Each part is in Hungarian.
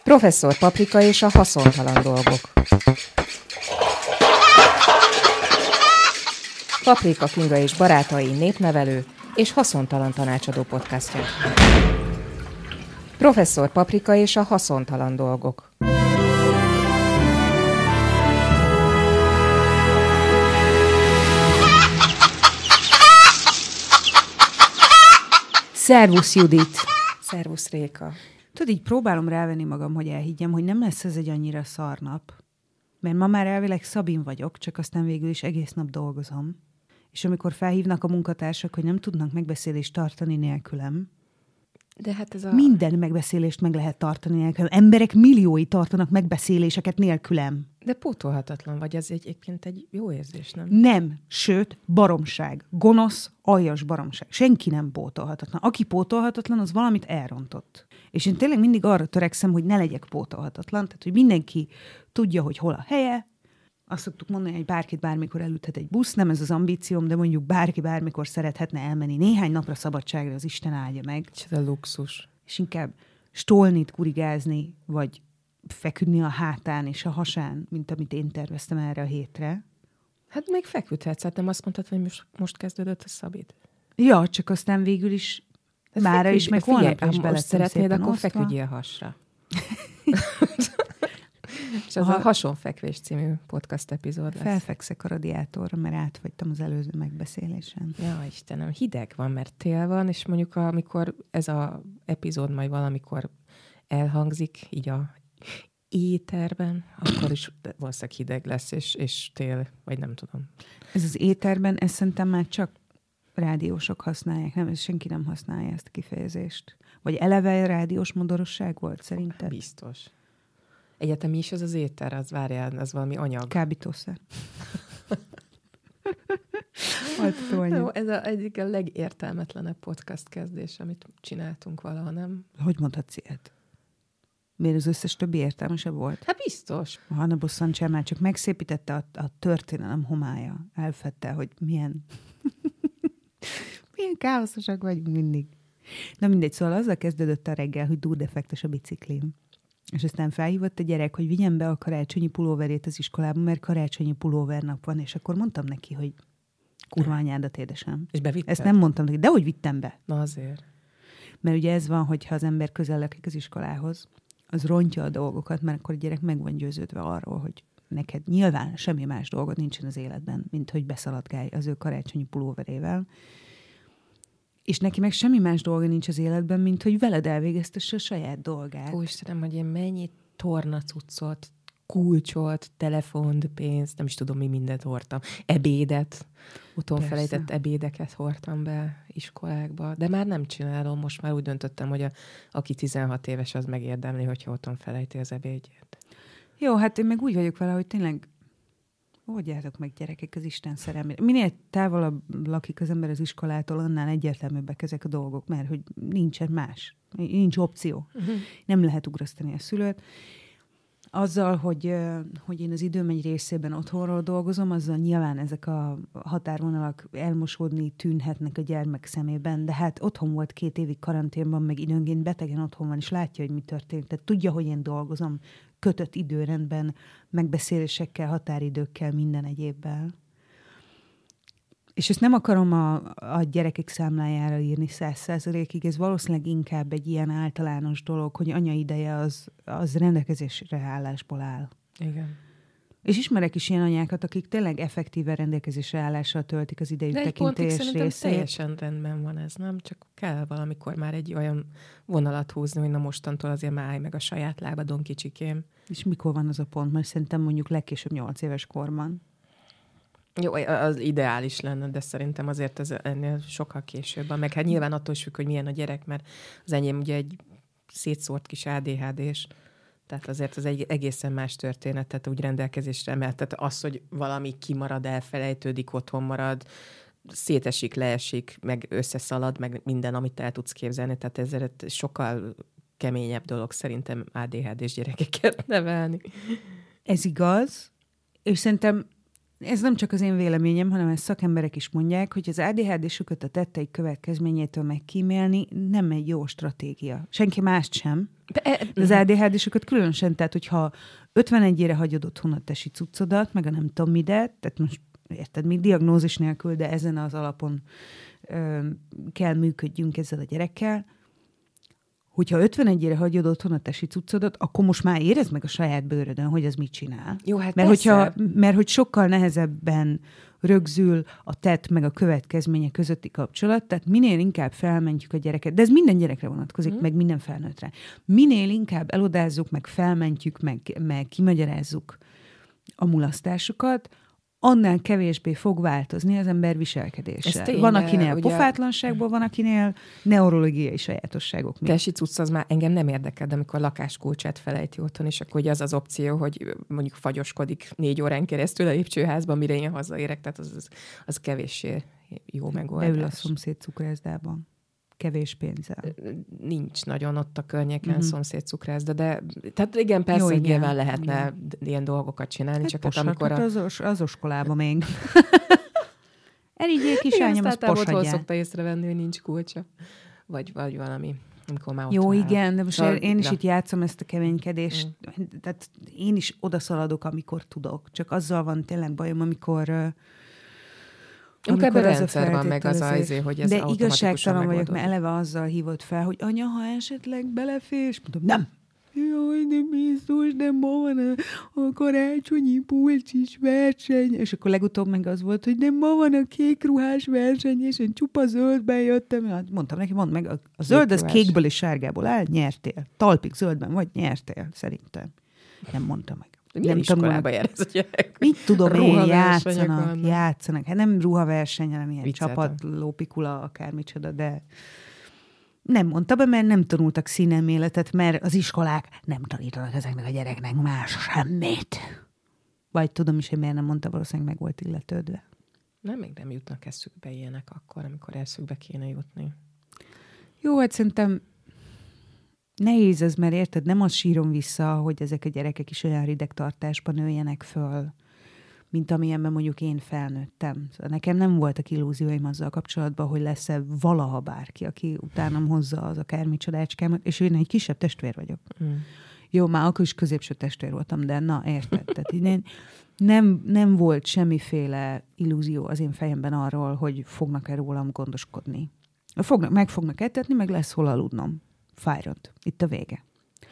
Professzor Paprika és a haszontalan dolgok. Paprika Kinga és barátai népnevelő és haszontalan tanácsadó podcastja. Professzor Paprika és a haszontalan dolgok. Szervusz, Judit! Szervusz, Réka! Tudod, így próbálom rávenni magam, hogy elhiggyem, hogy nem lesz ez egy annyira szar nap. Mert ma már elvileg Szabin vagyok, csak aztán végül is egész nap dolgozom. És amikor felhívnak a munkatársak, hogy nem tudnak megbeszélést tartani nélkülem, de hát ez minden megbeszélést meg lehet tartani nélkülem. Emberek milliói tartanak megbeszéléseket nélkülem. De pótolhatatlan vagy, ez egyébként egy jó érzés, nem? Nem, sőt, baromság. Gonosz, aljas baromság. Senki nem pótolhatatlan. Aki pótolhatatlan, az valamit elrontott. És én tényleg mindig arra törekszem, hogy ne legyek pótolhatatlan, tehát hogy mindenki tudja, hogy hol a helye. Azt szoktuk mondani, hogy bárkit bármikor elüthet egy busz, nem ez az ambícióm, de mondjuk bárki bármikor szerethetne elmenni néhány napra szabadságra, az Isten áldja meg. És ez a luxus. És inkább stolnit, kurigázni, vagy feküdni a hátán és a hasán, mint amit én terveztem erre a hétre. Hát még feküdhetsz, hát nem azt mondtad, hogy most kezdődött a szabid. Ja, csak aztán végül is mára is, meg holnapra is most szeretnéd, akkor feküdjél hasra. És ez a Hasonfekvés című podcast epizód lesz. Felfekszek a radiátorra, mert átfagytam az előző megbeszélésen. Ja, Istenem, hideg van, mert tél van, és mondjuk amikor ez a epizód majd valamikor elhangzik, így a éterben, akkor is valószínűleg hideg lesz, és tél, vagy nem tudom. Ez az éterben, ezt szerintem már csak rádiósok használják, nem? Senki nem használja ezt a kifejezést. Vagy eleve rádiós modorosság volt szerinted? Biztos. Egyetem mi is az éter? Az várjál, az valami anyag. Kábítószer. Jó, ez egyik a legértelmetlenebb podcast kezdés, amit csináltunk valaha, nem? Hogy mondhatsz ilyet? Miért az összes többi értelmesebb volt? Hát biztos. A Hanna Bosszancsán már csak megszépítette a történelem homályja. Elfedte, hogy milyen káoszosak vagyunk mindig. Na mindegy, szóval azzal kezdődött a reggel, hogy dúrdefektes a biciklim. És aztán felhívott a gyerek, hogy vigyen be a karácsonyi pulóverét az iskolába, mert karácsonyi pulóver nap van, és akkor mondtam neki, hogy kurva anyádat, édesem. És bevitted? Ezt nem mondtam neki, de hogy vittem be. Na azért. Mert ugye ez van, hogyha az ember közel lakik az iskolához, az rontja a dolgokat, mert akkor a gyerek meg van győződve arról, hogy neked nyilván semmi más dolgod nincsen az életben, mint hogy beszaladgálj az ő karácsonyi pulóverével. És neki meg semmi más dolga nincs az életben, mint hogy veled elvégeztesse a saját dolgát. Ó, Istenem, hogy én mennyi tornacuccot, kulcsot, telefont, pénzt, nem is tudom, mi mindent hordtam. Ebédet, felejtett ebédeket hordtam be iskolákba, de már nem csinálom, most már úgy döntöttem, hogy aki 16 éves, az megérdemli, hogyha otthon felejti az ebédjét. Jó, hát én meg úgy vagyok vele, hogy tényleg oldjátok meg, gyerekek, az Isten szerelmére. Minél távolabb lakik az ember az iskolától, annál egyértelműbbek ezek a dolgok, mert hogy nincsen más. Nincs opció. Nem lehet ugrasztani a szülőt. Azzal, hogy én az időm egy részében otthonról dolgozom, azzal nyilván ezek a határvonalak elmosódni tűnhetnek a gyermek szemében, de hát otthon volt 2 évig karanténban, meg időnként betegen otthon van, és látja, hogy mi történt. Tehát tudja, hogy én dolgozom kötött időrendben, megbeszélésekkel, határidőkkel, minden egyébben. És ezt nem akarom a gyerekek számlájára írni 100%-ig, ez valószínűleg inkább egy ilyen általános dolog, hogy anya ideje az rendelkezésre állásból áll. Igen. És ismerek is ilyen anyákat, akik tényleg effektíve rendelkezésre állással töltik az idejük tekintélyes részét. De egy pontig teljesen rendben van ez, nem? Csak kell valamikor már egy olyan vonalat húzni, hogy na mostantól azért már állj meg a saját lábadon, kicsikém. És mikor van az a pont? Mert szerintem mondjuk legkésőbb 8 éves korban. Jó, az ideális lenne, de szerintem azért ez ennél sokkal később van. Meg hát nyilván attól függ, hogy milyen a gyerek, mert az enyém ugye egy szétszórt kis ADHD-s, tehát azért az egy egészen más történet, tehát úgy rendelkezésre emelt. Tehát az, hogy valami kimarad, elfelejtődik, otthon marad, szétesik, leesik, meg összeszalad, meg minden, amit el tudsz képzelni. Tehát ezért sokkal keményebb dolog szerintem ADHD-s gyerekeket nevelni. Ez igaz, és szerintem Ez nem csak az én véleményem, hanem ezt szakemberek is mondják, hogy az ADHD-süket a tetteik következményétől megkímélni nem egy jó stratégia. Senki mást sem. De az ADHD-süket különösen, tehát hogyha 51-ére hagyod otthon a tesi cuccodat, meg a nem tudom midet, tehát most érted, még diagnózis nélkül, de ezen az alapon kell működjünk ezzel a gyerekkel. Hogyha 51-ére hagyod otthon a tesi cuccodat, akkor most már érezd meg a saját bőrödön, hogy az mit csinál. Jó, hát mert hogy sokkal nehezebben rögzül a tett meg a következménye közötti kapcsolat, tehát minél inkább felmentjük a gyereket, de ez minden gyerekre vonatkozik, meg minden felnőttre. Minél inkább elodázzuk, meg felmentjük, meg kimagyarázzuk a mulasztásokat, annál kevésbé fog változni az ember viselkedése. Van, akinél ugye pofátlanságból, van, akinél neurológiai sajátosságok. Tesi cucc az már engem nem érdekel, de amikor lakáskulcsát felejti otthon, és akkor ugye az opció, hogy mondjuk fagyoskodik 4 órán keresztül a lépcsőházban, mire én hazaérek, tehát az kevéssé jó megoldás. Beül a szomszéd cukrászdában. Kevés pénzzel. Nincs nagyon ott a környéken szomszéd cukrászda, de tehát igen, persze, jó, nyilván lehetne ilyen dolgokat csinálni, hát csak hát amikor az oskolába még. Elígyél kisányom, az posadjál. Hol szokta észrevenni, hogy nincs kulcsa? Vagy valami, amikor már ott jó, igen, de most én is itt játszom ezt a keménykedést. Tehát én is odaszaladok, amikor tudok. Csak azzal van tényleg bajom, amikor ebben rendszer van meg az azért, hogy ez de automatikusan igazságtalan vagyok, megoldódik. mert eleve azzal hívott fel, hogy anya, ha esetleg belefér, és mondom, nem. Jaj, de biztos, de ma van a karácsonyi pulcsis verseny. És akkor legutóbb meg az volt, hogy de ma van a kékruhás verseny, és én csupa zöldben jöttem. Mondtam neki, mondd meg, a zöld az kékből és sárgából áll, nyertél. Talpig zöldben vagy, nyertél, szerintem. Nem mondta meg. Milyen iskolába jár ez a gyerek? Mit tudom én, játszanak. Hát nem ruhaverseny, hanem ilyen csapat, lópikula, akármicsoda, de nem mondta be, mert nem tanultak színeméletet, mert az iskolák nem tanítanak ezeknek a gyereknek más semmit. Vagy tudom is, hogy miért nem mondta, valószínűleg meg volt illetődve. Még nem jutnak eszükbe ilyenek akkor, amikor eszükbe kéne jutni. Jó, hát szerintem nehéz ez, mert érted, nem azt sírom vissza, hogy ezek a gyerekek is olyan ridegtartásban nőjenek föl, mint amilyenben mondjuk én felnőttem. Szóval nekem nem voltak illúzióim azzal kapcsolatban, hogy lesz-e valaha bárki, aki utánam hozza az akármicsodácskámat, és én egy kisebb testvér vagyok. Jó, már akkor is középső testvér voltam, de na, érted? Tehát nem volt semmiféle illúzió az én fejemben arról, hogy fognak-e rólam gondoskodni. Meg fognak etetni, meg lesz hol aludnom. Fájront. Itt a vége.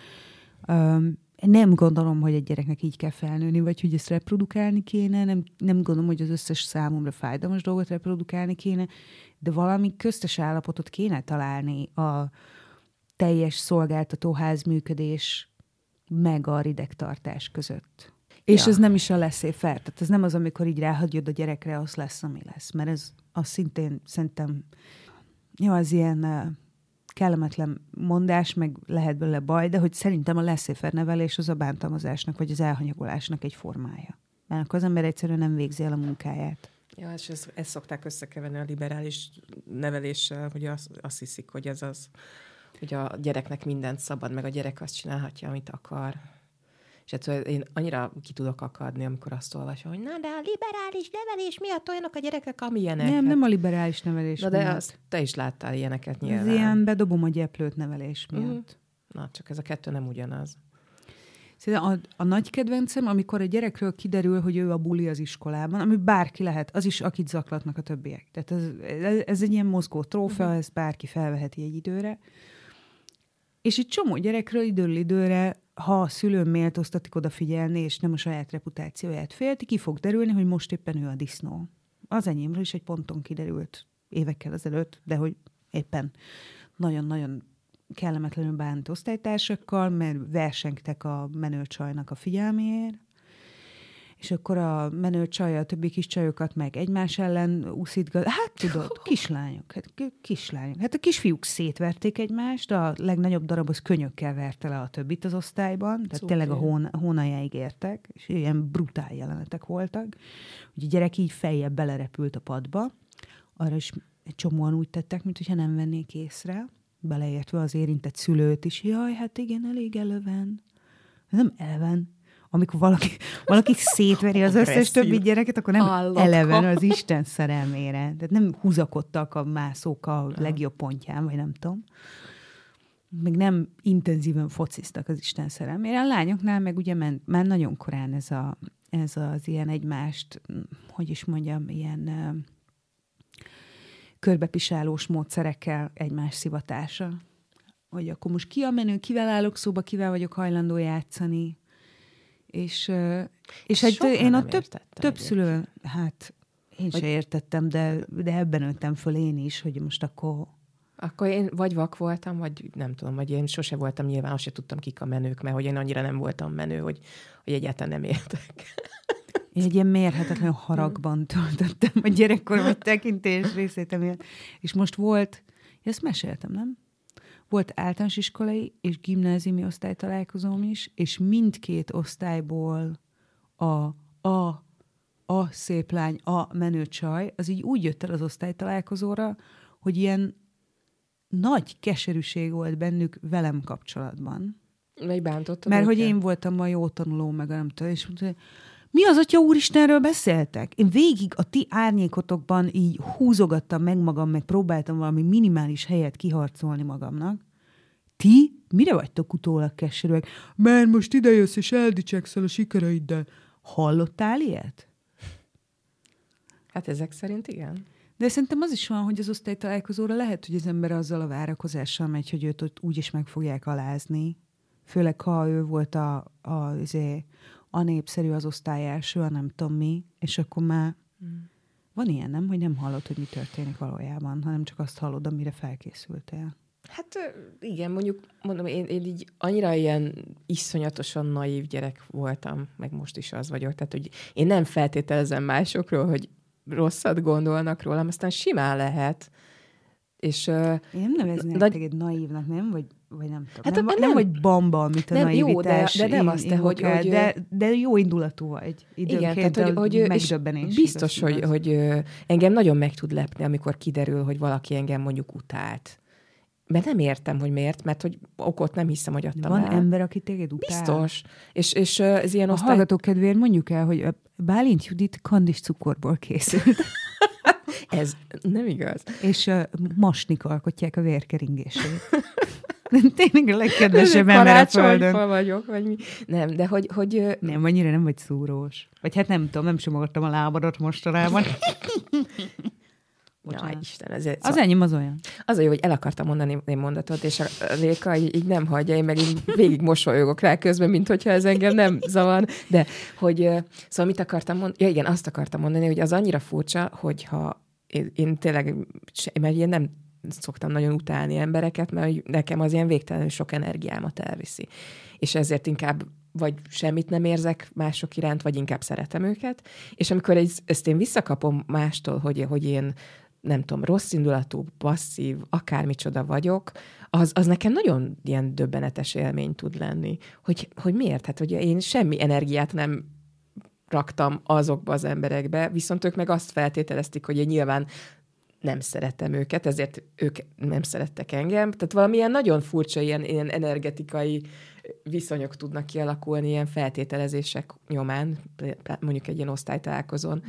Nem gondolom, hogy egy gyereknek így kell felnőni, vagy hogy ezt reprodukálni kéne. Nem gondolom, hogy az összes számomra fájdalmas dolgot reprodukálni kéne, de valami köztes állapotot kéne találni a teljes szolgáltatóház működés meg a ridegtartás között. És ez nem is a laissez-faire. Tehát ez nem az, amikor így ráhagyod a gyerekre, az lesz, ami lesz. Mert ez az szintén szerintem az ilyen kellemetlen mondás, meg lehet belőle baj, de hogy szerintem a laissez-faire nevelés az a bántalmazásnak, vagy az elhanyagolásnak egy formája. Mert akkor az ember egyszerűen nem végzi el a munkáját. Ja, és ezt szokták összekeverni a liberális neveléssel, hogy azt hiszik, hogy ez az, hogy a gyereknek mindent szabad, meg a gyerek azt csinálhatja, amit akar. És hát én annyira ki tudok akadni, amikor azt olvasom, hogy na, de a liberális nevelés miatt olyanok a gyerekek, amilyenek. Nem a liberális nevelés miatt. De azt te is láttál ilyeneket nyilván. Ez ilyen bedobom a gyeplőt nevelés miatt. Na, csak ez a kettő nem ugyanaz. Szerintem a nagy kedvencem, amikor a gyerekről kiderül, hogy ő a buli az iskolában, ami bárki lehet, az is, akit zaklatnak a többiek. Tehát ez egy ilyen mozgó trófea, ezt bárki felveheti egy időre. És egy csomó gyerekről időről időre, ha a szülő méltóztatik odafigyelni, és nem a saját reputációját félti, ki fog derülni, hogy most éppen ő a disznó. Az enyémről is egy ponton kiderült évekkel ezelőtt, de hogy éppen nagyon-nagyon kellemetlenül bánt osztálytársakkal, mert versengtek a menő csajnak a figyelméért, és akkor a menő csaj a többi kis csajokat meg egymás ellen úszítgat. Hát tudod, kislányok. Hát a kisfiúk szétverték egymást, a legnagyobb darab az könyökkel verte le a többit az osztályban, tehát tényleg a hónaljáig értek, és ilyen brutál jelenetek voltak. Ugye a gyerek így fejjel belerepült a padba, arra is egy csomóan úgy tettek, mintha nem vennék észre, beleértve az érintett szülőt is. Jaj, hát igen, elég eleven. Nem eleven. amikor valaki szétveri az összes többi gyereket, akkor nem Állatka. eleven az Isten szerelmére. Tehát nem húzakodtak a mászók a legjobb pontján, vagy nem tudom. Meg nem intenzíven fociztak az Isten szerelmére. A lányoknál meg ugye már nagyon korán ez az ilyen egymást, hogy is mondjam, ilyen körbepisálós módszerekkel egymás szivatása. Hogy akkor most ki a menő, kivel állok szóba, kivel vagyok hajlandó játszani. És én ott több szülő, hát én se értettem, de ebben nőttem föl én is, hogy most Akkor én vagy vak voltam, vagy nem tudom, vagy én sose voltam nyilván, azt se tudtam, kik a menők, mert hogy én annyira nem voltam menő, hogy egyáltalán nem értek. Én egy ilyen mérhetetlen haragban töltöttem a gyerekkoromat tekintés részét, és most volt, ezt meséltem, nem? Volt általános iskolai és gimnáziumi osztálytalálkozóm is, és mindkét osztályból a szép lány, a menő csaj, az így úgy jött el az osztálytalálkozóra, hogy ilyen nagy keserűség volt bennük velem kapcsolatban. Vagy bántottad mert őket? hogy én voltam a jó tanuló, meg nem tudom, és mondta, mi az, Atya Úristenről beszéltek? Én végig a ti árnyékotokban így húzogattam meg magam, meg próbáltam valami minimális helyet kiharcolni magamnak. Ti mire vagytok utólag keserűek? Mert most idejössz és eldicsekszel a sikereiddel. Hallottál ilyet? Hát ezek szerint igen. De szerintem az is van, hogy az osztálytalálkozóra lehet, hogy az ember azzal a várakozással megy, hogy őt ott úgyis meg fogják alázni. Főleg, ha ő volt a népszerű az osztály első, a nem tudom mi, és akkor már van ilyen, nem? Hogy nem hallod, hogy mi történik valójában, hanem csak azt hallod, amire felkészültél. Hát igen, mondom, én így annyira ilyen iszonyatosan naív gyerek voltam, meg most is az vagyok, tehát hogy én nem feltételezem másokról, hogy rosszat gondolnak rólam, aztán simán lehet. És, én nem neveznék téged naívnak, nem? Vagy nem tudom. Hát nem vagy bamba, amit a nem, naivitás jó, de nem azt, hogy de jó indulatú vagy. Igen, tehát hogy megdöbbenés. Biztos, hogy engem nagyon meg tud lepni, amikor kiderül, hogy valaki engem mondjuk utált. Mert nem értem, hogy miért, mert hogy okot nem hiszem, hogy adtam Van el. ember, aki téged utál? Biztos. És ez ilyen a hallgatók kedvéért mondjuk el, hogy Bálint Judit kandis cukorból készült. Ez nem igaz. És masnik alkotják a vérkeringését. Tényleg a legkedvesebb ember a földön. Karácsonyfa vagyok, vagy mi. Nem, de hogy nem, annyira nem vagy szúrós. Vagy hát nem tudom, nem simogattam a lábadat mostanában. Na, Isten, ezért... Az enyém az olyan. Az a jó, hogy el akartam mondani egy mondatot, és a Réka így nem hagyja, én meg így végig mosolyogok rá közben, mint hogyha ez engem nem zavar. De hogy, szóval mit akartam mondani? Ja igen, azt akartam mondani, hogy az annyira furcsa, hogyha én tényleg, mert én nem szoktam nagyon utálni embereket, mert nekem az ilyen végtelenül sok energiámat elviszi. És ezért inkább vagy semmit nem érzek mások iránt, vagy inkább szeretem őket. És amikor ezt én visszakapom mástól, hogy én nem tudom, rossz indulatú, passzív, akármicsoda vagyok, az nekem nagyon ilyen döbbenetes élmény tud lenni. Hogy miért? Hát, hogy én semmi energiát nem raktam azokba az emberekbe, viszont ők meg azt feltételezték, hogy én nyilván nem szeretem őket, ezért ők nem szerettek engem. Tehát valamilyen nagyon furcsa ilyen energetikai viszonyok tudnak kialakulni ilyen feltételezések nyomán, mondjuk egy ilyen osztálytalálkozón.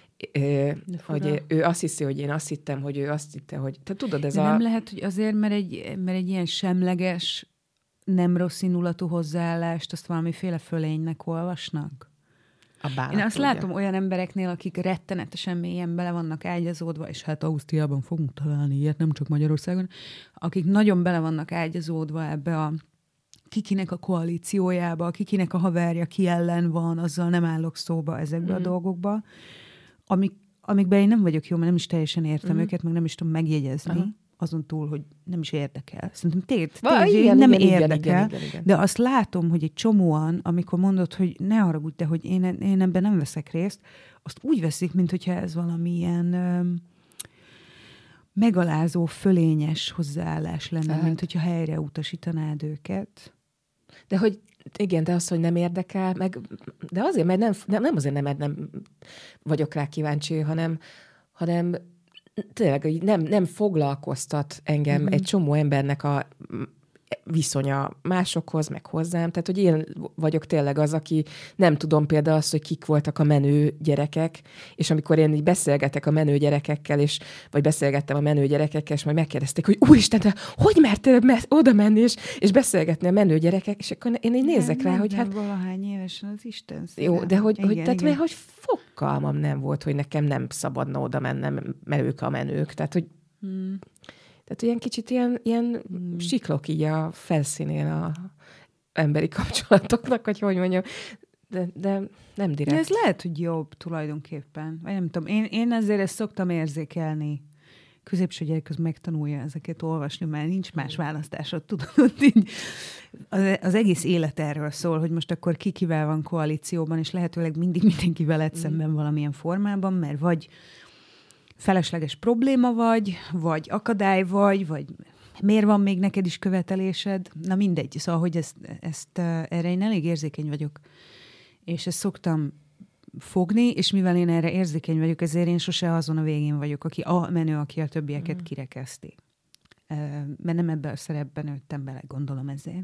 Hogy ő azt hiszi, hogy én azt hittem, hogy ő azt hitte, hogy... Te tudod, ez de nem lehet, hogy azért, mert egy ilyen semleges, nem rossz indulatú hozzáállást, azt valamiféle fölénynek olvasnak? Én azt látom olyan embereknél, akik rettenetesen mélyen bele vannak ágyazódva, és hát Ausztriában fogunk találni ilyet, nem csak Magyarországon, akik nagyon bele vannak ágyazódva ebbe a kikinek a koalíciójába, kikinek a haverja, ki ellen van, azzal nem állok szóba ezekbe a dolgokba, amikben én nem vagyok jó, mert nem is teljesen értem őket, meg nem is tudom megjegyezni, azon túl, hogy nem is érdekel. Szerintem téged nem érdekel, igen. De azt látom, hogy egy csomóan, amikor mondod, hogy ne haragudj, de hogy én ebben nem veszek részt, azt úgy veszik, mintha ez valamilyen megalázó, fölényes hozzáállás lenne, mint hogyha helyre utasítanád őket. De hogy igen, de az, hogy nem érdekel, de azért, mert nem azért, mert nem vagyok rá kíváncsi, hanem tényleg nem foglalkoztat engem egy csomó embernek viszonya másokhoz, meg hozzám. Tehát, hogy én vagyok tényleg az, aki nem tudom például azt, hogy kik voltak a menő gyerekek, és amikor én így beszélgetek a menő gyerekekkel, vagy beszélgettem a menő gyerekekkel, és majd megkérdezték, hogy úristen, te hogy mertél oda menni, és beszélgetni a menő gyerekek, és akkor én így nézek rá, hogy hát... valahány évesen az Isten szépen. Jó, de hogy fogalmam nem volt, hogy nekem nem szabadna oda mennem, mert ők a menők. Tehát, hogy tehát ilyen kicsit ilyen siklok így a felszínén a emberi kapcsolatoknak, vagy hogy mondjam, de nem direkt. De ez lehet, hogy jobb tulajdonképpen. Vagy nem tudom, én azért ezt szoktam érzékelni. Középső gyerek az megtanulja ezeket olvasni, mert nincs más választásod, tudod. Az egész élet erről szól, hogy most akkor kivel van koalícióban, és lehetőleg mindig mindenkivel veled szemben valamilyen formában, mert vagy felesleges probléma vagy akadály vagy miért van még neked is követelésed? Na mindegy. Szóval, hogy erre én elég érzékeny vagyok. És ezt szoktam fogni, és mivel én erre érzékeny vagyok, ezért én sose azon a végén vagyok, aki a menő, aki a többieket kirekeszti. Mert nem ebben a szerepben nőttem bele, gondolom ezért.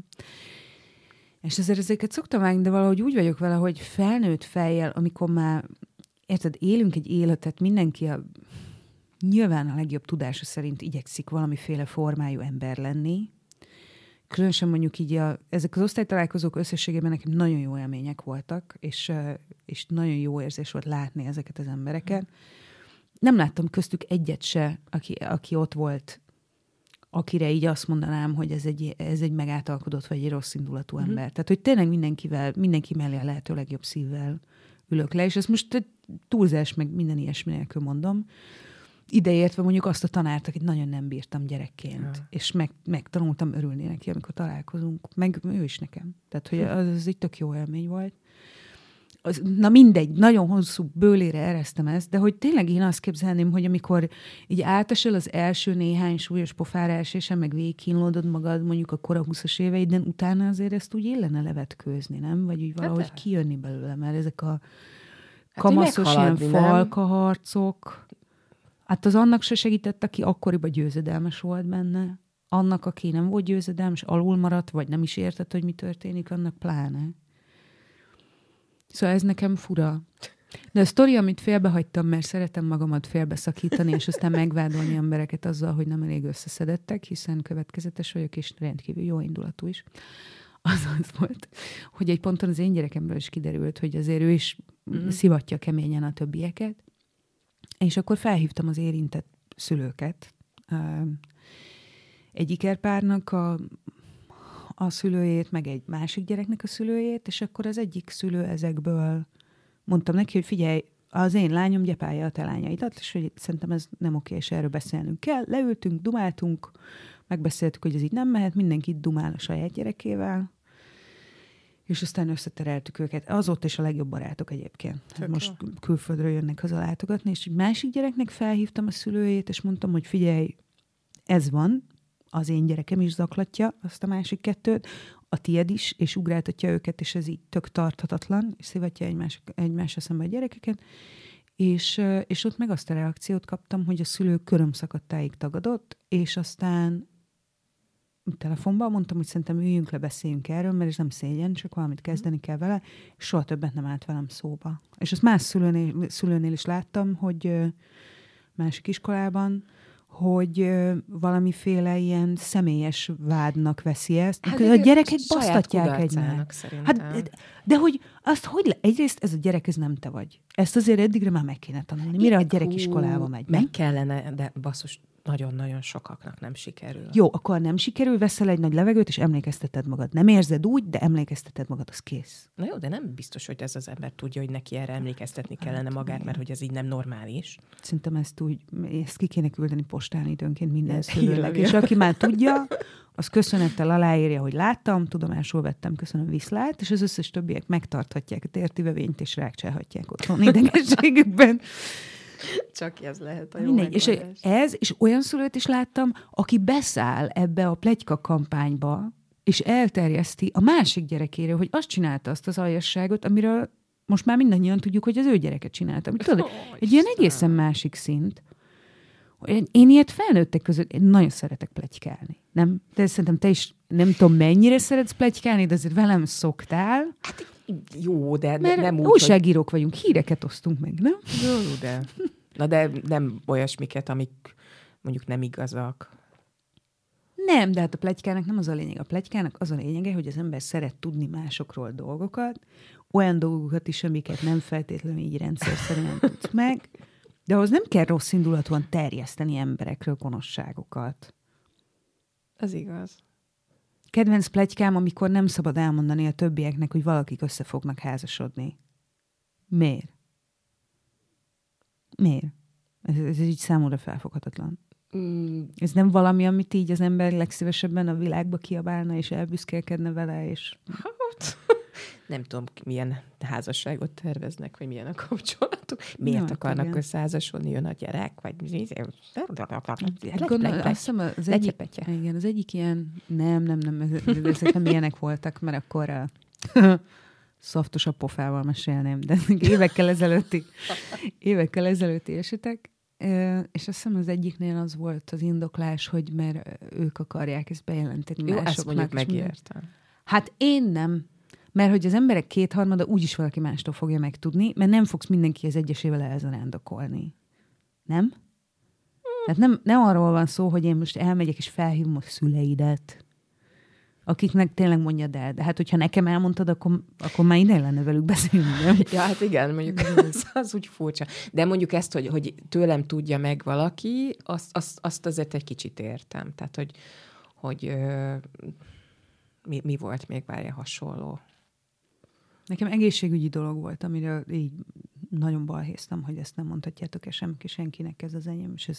És ezeket szoktam vágni, de valahogy úgy vagyok vele, hogy felnőtt fejjel, amikor már, érted, élünk egy életet, mindenki nyilván a legjobb tudása szerint igyekszik valamiféle formájú ember lenni. Különösen mondjuk így ezek az osztálytalálkozók összességében nekem nagyon jó élmények voltak, és nagyon jó érzés volt látni ezeket az embereket. Nem láttam köztük egyet se, aki ott volt, akire így azt mondanám, hogy ez egy megátalkodott, vagy egy rossz indulatú ember. Tehát, hogy tényleg mindenki mellé a lehető legjobb szívvel ülök le, és ezt most túlzás, meg minden ilyesmi nélkül mondom. Ideértve mondjuk azt a tanárt, akit nagyon nem bírtam gyerekként, és megtanultam örülni neki, amikor találkozunk, meg ő is nekem. Tehát, hogy az egy tök jó élmény volt. Na mindegy, nagyon hosszú bőlére eresztem ezt, de hogy tényleg én azt képzelném, hogy amikor így átesel az első néhány súlyos pofára esésen, meg végigkínlódod magad mondjuk a kora 20-as éveiden, utána azért ezt úgy illene levetkőzni, nem? Vagy úgy valahogy kijönni belőle, mert ezek a kamaszos ilyen falkaharcok. Hát az annak se segített, aki akkoriban győzedelmes volt benne. Annak, aki nem volt győzedelmes, alul maradt, vagy nem is értett, hogy mi történik, annak pláne. Szóval ez nekem fura. De a sztori, amit félbehagytam, mert szeretem magamat félbeszakítani, és aztán megvádolni embereket azzal, hogy nem elég összeszedettek, hiszen következetes vagyok, és rendkívül jó indulatú is. Az volt, hogy egy ponton az én gyerekemből is kiderült, hogy azért ő is szivatja keményen a többieket, és akkor felhívtam az érintett szülőket. Egy ikerpárnak a szülőjét, meg egy másik gyereknek a szülőjét, és akkor az egyik szülő ezekből mondtam neki, hogy figyelj, az én lányom gyepálja a te lányaidat, és hogy szerintem ez nem oké, és erről beszélnünk kell. Leültünk, dumáltunk, megbeszéltük, hogy ez így nem mehet, mindenki itt dumál a saját gyerekével, és aztán összetereltük őket. Azóta is a legjobb barátok egyébként. Most külföldről jönnek haza látogatni, és egy másik gyereknek felhívtam a szülőjét, és mondtam, hogy figyelj, ez van, az én gyerekem is zaklatja azt a másik kettőt, a tied is, és ugráltatja őket, és ez így tök tarthatatlan, és szivatja egymásra szembe a gyerekeket. És ott meg azt a reakciót kaptam, hogy a szülő körömszakadtáig tagadott, és aztán telefonban mondtam, hogy szerintem üljünk le, beszéljünk erről, mert ez nem szégyen, csak valamit kezdeni kell vele, és soha többet nem állt velem szóba. És azt más szülőnél is láttam, hogy másik iskolában, hogy valamiféle ilyen személyes vádnak veszi ezt. Hát a gyerekek basztatják egymást. Hát, de hogy egyrészt ez a gyerek, ez nem te vagy. Ezt azért eddigre már meg kéne tanulni. Mire a gyerek iskolába megy? Meg kellene, de basszus, nagyon-nagyon sokaknak nem sikerül. Jó, akkor nem sikerül, veszel egy nagy levegőt, és emlékezteted magad. Nem érzed úgy, de emlékezteted magad, az kész. Na jó, de nem biztos, hogy ez az ember tudja, hogy neki erre emlékeztetni kellene magát, mert hogy ez így nem normális. Szerintem ezt ki kéne küldeni postán időnként minden szülőnek. És aki már tudja, az köszönettel aláírja, hogy láttam, tudomásul vettem, köszönöm, viszlát, és az összes többiek megtarthatják a tértivevényt, és rákcsálhatják otthon idegességükben. Csak ez lehet a jó megoldás. És olyan szülőt is láttam, aki beszáll ebbe a pletyka kampányba, és elterjeszti a másik gyerekére, hogy azt csinálta azt az aljasságot, amiről most már mindannyian tudjuk, hogy az ő gyereke csinálta. Tudod, egy ilyen egészen másik szint. Én ilyet felnőttek között, én nagyon szeretek pletykálni. Nem? De szerintem te is Nem tudom, mennyire szeretsz pletykálni, de azért velem szoktál. Hát jó, de mert nem úgy, újságírók vagyunk, híreket osztunk meg, nem? Jó, de... Na de nem olyasmiket, amik mondjuk nem igazak. Nem, de hát a pletykának nem az a lényeg. A pletykának az a lényege, hogy az ember szeret tudni másokról dolgokat, olyan dolgokat is, amiket nem feltétlenül így rendszerszerűen tudsz meg, de ahhoz nem kell rossz indulatúan terjeszteni emberekről gonoszságokat. Az igaz. Kedvenc pletykám, amikor nem szabad elmondani a többieknek, hogy valakik össze fognak házasodni. Miért? Miért? Ez így számomra felfoghatatlan. Ez nem valami, amit így az ember legszívesebben a világba kiabálna, és elbüszkélkedne vele, és... Hát, nem tudom, milyen házasságot terveznek, vagy milyen a kapcsolatuk. Miért akarnak összeházasodni, jön a gyerek, vagy... Az egyik ilyen... Nem, ezek nem ilyenek voltak, mert akkor szaftosabb pofával mesélném, de évekkel ezelőtti esetek. És azt hiszem az egyiknél az volt az indoklás, hogy mert ők akarják ezt bejelenteni másoknak. Ezt mondjuk megértem. Hát én nem. Mert hogy az emberek 2/3 úgyis valaki mástól fogja megtudni, mert nem fogsz mindenkihez egyesével elzarándokolni. Nem? Tehát nem arról van szó, hogy én most elmegyek és felhívom a szüleidet, akiknek tényleg mondjad el. De hát, hogyha nekem elmondtad, akkor már ideje lenne velük beszélni, nem? Ja, hát igen, mondjuk az úgy furcsa. De mondjuk ezt, hogy tőlem tudja meg valaki, azt azért egy kicsit értem. Tehát, hogy mi volt még várja hasonló? Nekem egészségügyi dolog volt, amiről így nagyon balhéztam, hogy ezt nem mondhatjátok senkinek, ez az enyém. És ez...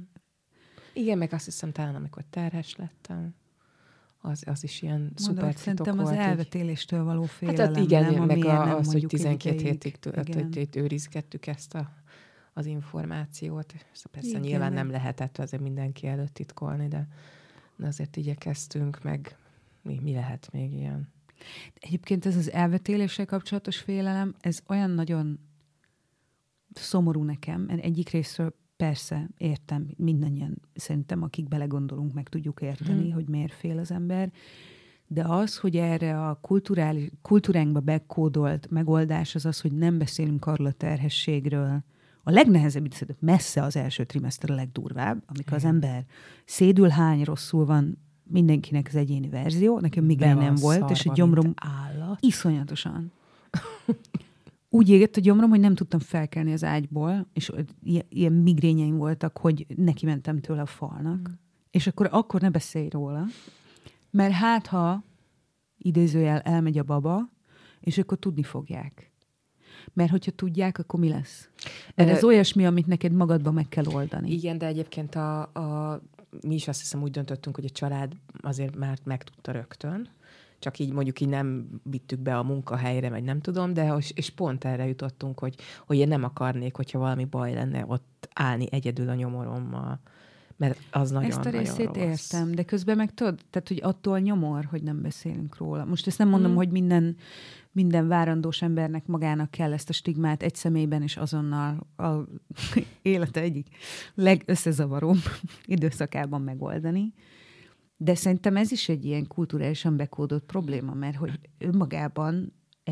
Igen, meg azt hiszem talán, amikor terhes lettem, az is ilyen szuper titok szerintem volt. Az elvetéléstől való félelem. Hát igen, nem, meg az, hogy 12 hétig őrizgettük ezt az információt. Persze igen, nyilván nem lehetett azért mindenki előtt titkolni, de azért igyekeztünk, meg mi lehet még ilyen. Egyébként ez az elvetéléssel kapcsolatos félelem, ez olyan nagyon szomorú nekem, mert egyik részről persze értem, mindannyian szerintem, akik belegondolunk, meg tudjuk érteni, hogy miért fél az ember, de az, hogy erre a kultúránkba bekódolt megoldás az az, hogy nem beszélünk arról a terhességről. A legnehezebb időszak, messze az első trimester a legdurvább, amikor az ember szédül, hány, rosszul van, mindenkinek az egyéni verzió, nekem migrénem volt, és a gyomrom iszonyatosan. Úgy égett a gyomrom, hogy nem tudtam felkelni az ágyból, és ilyen migrényeim voltak, hogy neki mentem tőle a falnak. És akkor ne beszélj róla, mert hát, ha idézőjel elmegy a baba, és akkor tudni fogják. Mert hogyha tudják, akkor mi lesz? Mert ez olyasmi, amit neked magadban meg kell oldani. Igen, de egyébként mi is azt hiszem úgy döntöttünk, hogy a család azért már megtudta rögtön, csak így mondjuk így nem vittük be a munkahelyre, vagy nem tudom, de és pont erre jutottunk, hogy én nem akarnék, hogyha valami baj lenne, ott állni egyedül a nyomorommal, mert az nagyon-nagyon rossz. Ezt a részét értem, de közben meg tudod, tehát, hogy attól nyomor, hogy nem beszélünk róla. Most ezt nem mondom, hogy minden várandós embernek magának kell ezt a stigmát egy személyben és azonnal a élete egyik legösszezavaróbb időszakában megoldani. De szerintem ez is egy ilyen kulturálisan bekódolt probléma, mert hogy önmagában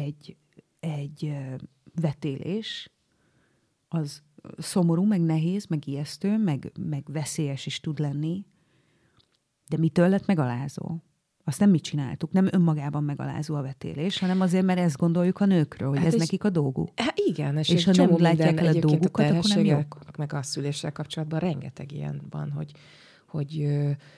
egy vetélés az szomorú, meg nehéz, meg ijesztő, meg veszélyes is tud lenni, de mitől lett megalázó? Azt nem mi csináltuk, nem önmagában megalázó a vetélés, hanem azért, mert ezt gondoljuk a nőkről, hogy hát ez nekik a dolguk. Hát igen, és ha nem látják el a dolgukat, akkor nem jó. Meg a szüléssel kapcsolatban rengeteg ilyen van, hogy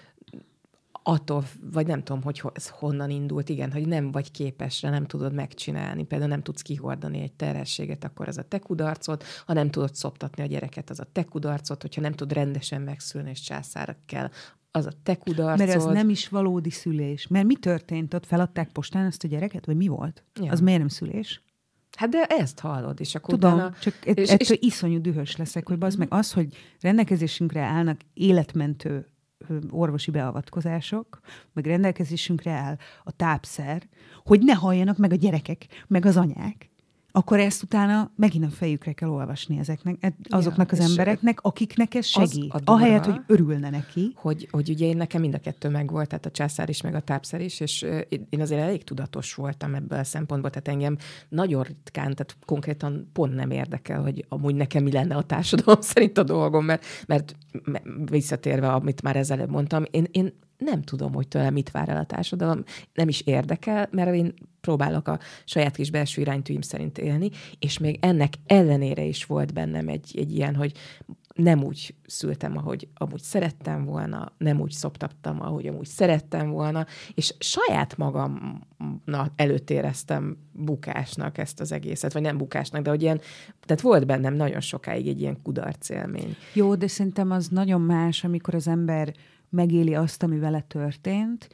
attól, vagy nem tudom, hogy ez honnan indult, igen, hogy nem vagy képesre, nem tudod megcsinálni, például nem tudsz kihordani egy terhességet, akkor az a te kudarcod, ha nem tudod szoptatni a gyereket, az a te kudarcod, hogyha nem tud rendesen megszülni, és császára kell, az a te kudarcod. Mert ez nem is valódi szülés. Mert mi történt ott? Feladták postán ezt a gyereket? Vagy mi volt? Ja. Az miért nem szülés? Hát de ezt hallod, és akkor tudom, utána... csak ettől iszonyú dühös leszek, hogy meg az, hogy rendelkezésünkre állnak életmentő orvosi beavatkozások, meg rendelkezésünkre áll a tápszer, hogy ne halljanak meg a gyerekek, meg az anyák, akkor ezt utána megint a fejükre kell olvasni azoknak az embereknek, akiknek ez segít. Ahelyett, hogy örülne neki. Hogy ugye én nekem mind a kettő megvolt, tehát a császár is, meg a tápszer is, és én azért elég tudatos voltam ebből a szempontból, tehát engem nagyon ritkán, tehát konkrétan pont nem érdekel, hogy amúgy nekem mi lenne a társadalom szerint a dolgom, mert visszatérve, amit már ezelőbb mondtam, én nem tudom, hogy tőlem mit vár el a társadalom, nem is érdekel, mert én próbálok a saját kis belső iránytűim szerint élni, és még ennek ellenére is volt bennem egy ilyen, hogy nem úgy szültem, ahogy amúgy szerettem volna, nem úgy szoptattam, ahogy amúgy szerettem volna, és saját magamnak előtt éreztem bukásnak ezt az egészet, vagy nem bukásnak, de hogy ilyen, tehát volt bennem nagyon sokáig egy ilyen kudarcélmény. Jó, de szerintem az nagyon más, amikor az ember megéli azt, ami vele történt,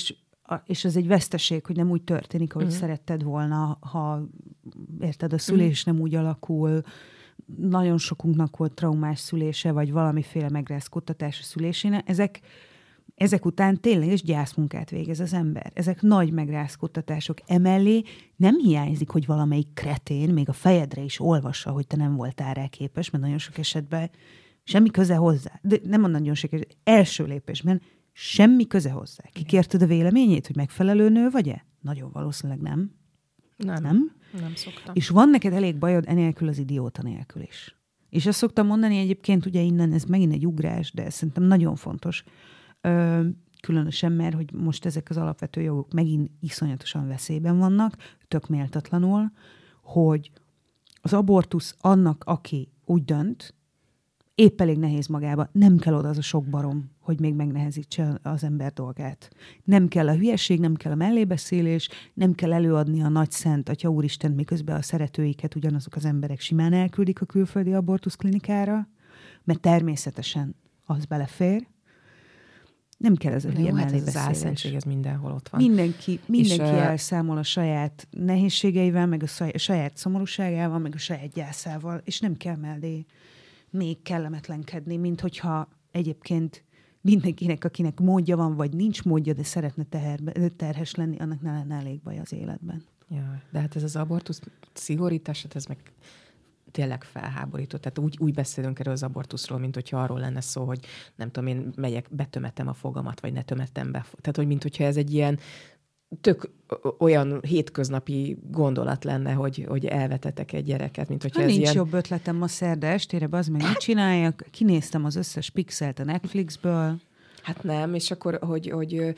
és az egy veszteség, hogy nem úgy történik, ahogy szeretted volna, ha érted, a szülés nem úgy alakul. Nagyon sokunknak volt traumás szülése, vagy valamiféle megrázkódtatás a szülésénél. Ezek után tényleges gyászmunkát végez az ember. Ezek nagy megrázkódtatások. Emellé nem hiányzik, hogy valamelyik kretén még a fejedre is olvassa, hogy te nem voltál rá képes, mert nagyon sok esetben semmi köze hozzá. De nem mondom nagyon sok esetben, első lépésben semmi köze hozzá. Kikérted a véleményét, hogy megfelelő nő vagy-e? Nagyon valószínűleg nem. Nem szoktam. És van neked elég bajod enélkül az idióta nélkül is. És azt szoktam mondani egyébként, ugye innen ez megint egy ugrás, de szerintem nagyon fontos, különösen, mert hogy most ezek az alapvető jogok megint iszonyatosan veszélyben vannak, tök méltatlanul, hogy az abortusz annak, aki úgy dönt, épp elég nehéz magába. Nem kell oda az a sok barom, hogy még megnehezítse az ember dolgát. Nem kell a hülyeség, nem kell a mellébeszélés, nem kell előadni a nagy szent Atya Úristen, miközben a szeretőiket ugyanazok az emberek simán elküldik a külföldi abortuszklinikára, mert természetesen az belefér. Nem kell ez a hülye mellébeszélés. Ez az álszentség, ez mindenhol ott van. Mindenki elszámol a saját nehézségeivel, meg a saját szomorúságával, meg a saját gyászával, és nem kell mellé még kellemetlenkedni, mint hogyha egyébként mindenkinek, akinek módja van, vagy nincs módja, de szeretne terhes lenni, annak ne lenne elég baj az életben. Ja, de hát ez az abortusz szigorítás, hát ez meg tényleg felháborító. Tehát úgy beszélünk erről az abortuszról, mint hogyha arról lenne szó, hogy nem tudom, én megyek, betömetem a fogamat, vagy ne tömetem be. Tehát, hogy mint hogyha ez egy ilyen tök olyan hétköznapi gondolat lenne, hogy elvetetek egy gyereket, mint hogyha ez nincs ilyen... jobb ötletem ma szerda estére, az meg mit csináljak? Kinéztem az összes pixelt a Netflixből. Hát nem, és akkor, hogy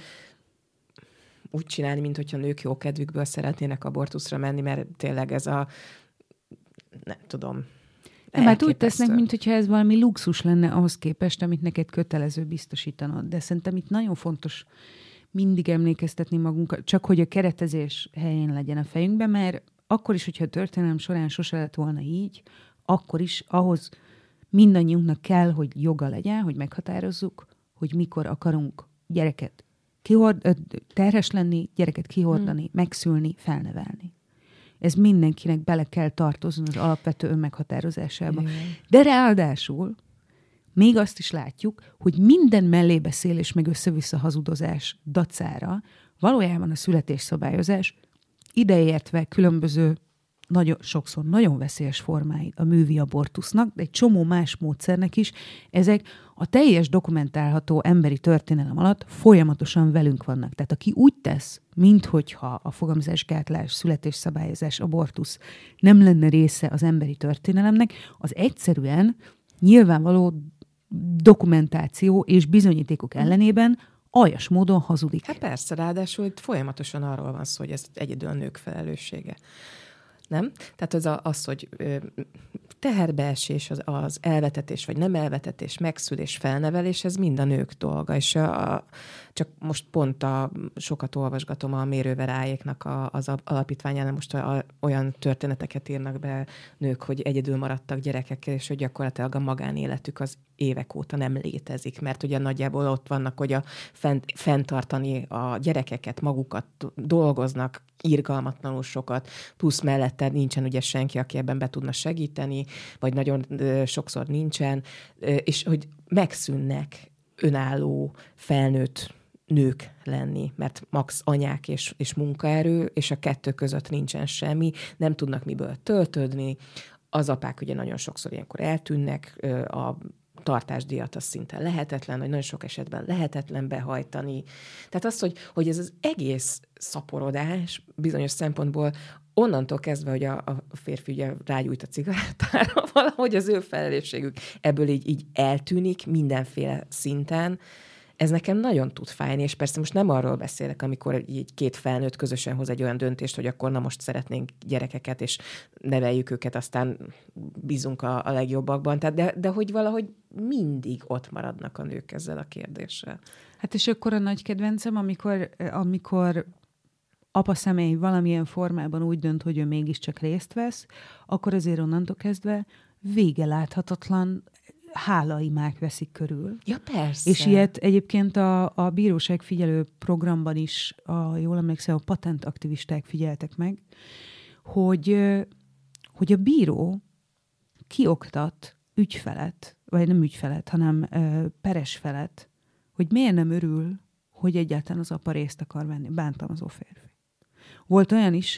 úgy csinálni, mint hogyha nők jó kedvükből szeretnének abortuszra menni, mert tényleg ez a nem tudom. Hát úgy tesznek, mint hogyha ez valami luxus lenne ahhoz képest, amit neked kötelező biztosítanod. De szerintem itt nagyon fontos mindig emlékeztetni magunkat, csak hogy a keretezés helyén legyen a fejünkben, mert akkor is, hogyha a történelem során sose lett volna így, akkor is ahhoz mindannyiunknak kell, hogy joga legyen, hogy meghatározzuk, hogy mikor akarunk gyereket terhes lenni, gyereket kihordani, megszülni, felnevelni. Ez mindenkinek bele kell tartozni az alapvető önmeghatározásába. Igen. De ráadásul még azt is látjuk, hogy minden mellébeszélés meg össze-vissza hazudozás dacára valójában a születésszabályozás ideértve különböző, sokszor nagyon veszélyes formái a művi abortusznak, de egy csomó más módszernek is, ezek a teljes dokumentálható emberi történelem alatt folyamatosan velünk vannak. Tehát aki úgy tesz, minthogyha a fogamzásgátlás, születésszabályozás, abortusz nem lenne része az emberi történelemnek, az egyszerűen nyilvánvaló dokumentáció és bizonyítékok ellenében aljas módon hazudik. Hát persze, ráadásul itt folyamatosan arról van szó, hogy ez egyedül a nők felelőssége. Nem? Tehát az hogy teherbeesés, az elvetetés, vagy nem elvetetés, megszülés, felnevelés, ez mind a nők dolga. És csak most pont sokat olvasgatom a Mérőverájéknak az alapítványán, most olyan történeteket írnak be nők, hogy egyedül maradtak gyerekekkel, és hogy gyakorlatilag a magánéletük az évek óta nem létezik, mert ugye nagyjából ott vannak, hogy fenntartani a gyerekeket, magukat dolgoznak, irgalmatlanul sokat, plusz mellette nincsen ugye senki, aki ebben be tudna segíteni, vagy nagyon sokszor nincsen, és hogy megszűnnek önálló, felnőtt nők lenni, mert max anyák és munkaerő, és a kettő között nincsen semmi, nem tudnak miből töltődni. Az apák ugye nagyon sokszor ilyenkor eltűnnek, a tartásdíjat az szinte lehetetlen, vagy nagyon sok esetben lehetetlen behajtani. Tehát az, hogy ez az egész szaporodás bizonyos szempontból onnantól kezdve, hogy a férfi ugye rágyújt a cigarettára, valahogy az ő felelősségük ebből így eltűnik mindenféle szinten. Ez nekem nagyon tud fájni, és persze most nem arról beszélek, amikor így két felnőtt közösen hoz egy olyan döntést, hogy akkor na most szeretnénk gyerekeket, és neveljük őket, aztán bízunk a legjobbakban. Tehát de hogy valahogy mindig ott maradnak a nők ezzel a kérdéssel. Hát és akkor a nagy kedvencem, amikor apa személy valamilyen formában úgy dönt, hogy ő mégiscsak részt vesz, akkor azért onnantól kezdve vége láthatatlan hálaimák veszik körül. Ja, persze. És ilyet egyébként a bíróság figyelő programban is, jól emlékszem, a patentaktivisták figyeltek meg, hogy a bíró kioktat ügyfelet, vagy nem ügyfelet, hanem peres felet, hogy miért nem örül, hogy egyáltalán az apa részt akar venni. Bántalmazó férfi. Volt olyan is,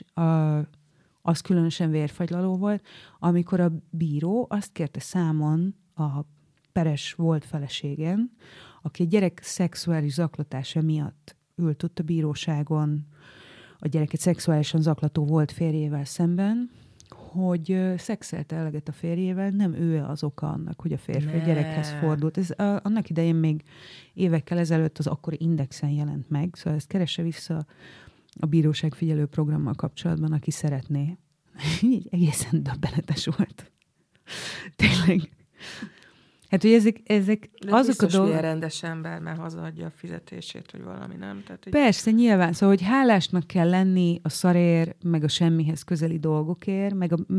az különösen vérfagylaló volt, amikor a bíró azt kérte számon a peres volt feleségen, aki a gyerek szexuális zaklatása miatt ült ott a bíróságon, a gyereket szexuálisan zaklató volt férjével szemben, hogy szexelte eleget a férjével, nem ő az oka annak, hogy a férfi a gyerekhez fordult. Ez annak idején még évekkel ezelőtt az akkori Indexen jelent meg, szóval ezt keresse vissza a bíróság figyelő programmal kapcsolatban, aki szeretné. Így egészen döbbenetes volt. Tényleg. Hát, hogy ezek azok a dolgok... rendes ember, mert hazaadja a fizetését, vagy valami, nem? Tehát, hogy... Persze, nyilván. Szóval, hogy hálásnak kell lenni a szarér, meg a semmihez közeli dolgokért,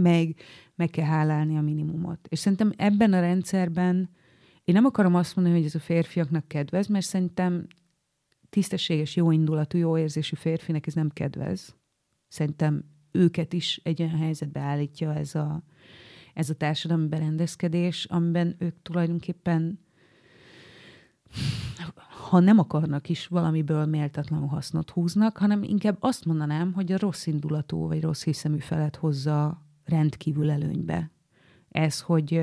meg kell hálálni a minimumot. És szerintem ebben a rendszerben én nem akarom azt mondani, hogy ez a férfiaknak kedvez, mert szerintem tisztességes, jóindulatú, jóérzésű férfinek ez nem kedvez. Szerintem őket is egy olyan helyzetbe állítja ez a társadalmi berendezkedés, amiben ők tulajdonképpen, ha nem akarnak is valamiből méltatlanul hasznot húznak, hanem inkább azt mondanám, hogy a rossz indulatú vagy rossz hiszemű felet hozza rendkívül előnybe. Ez, hogy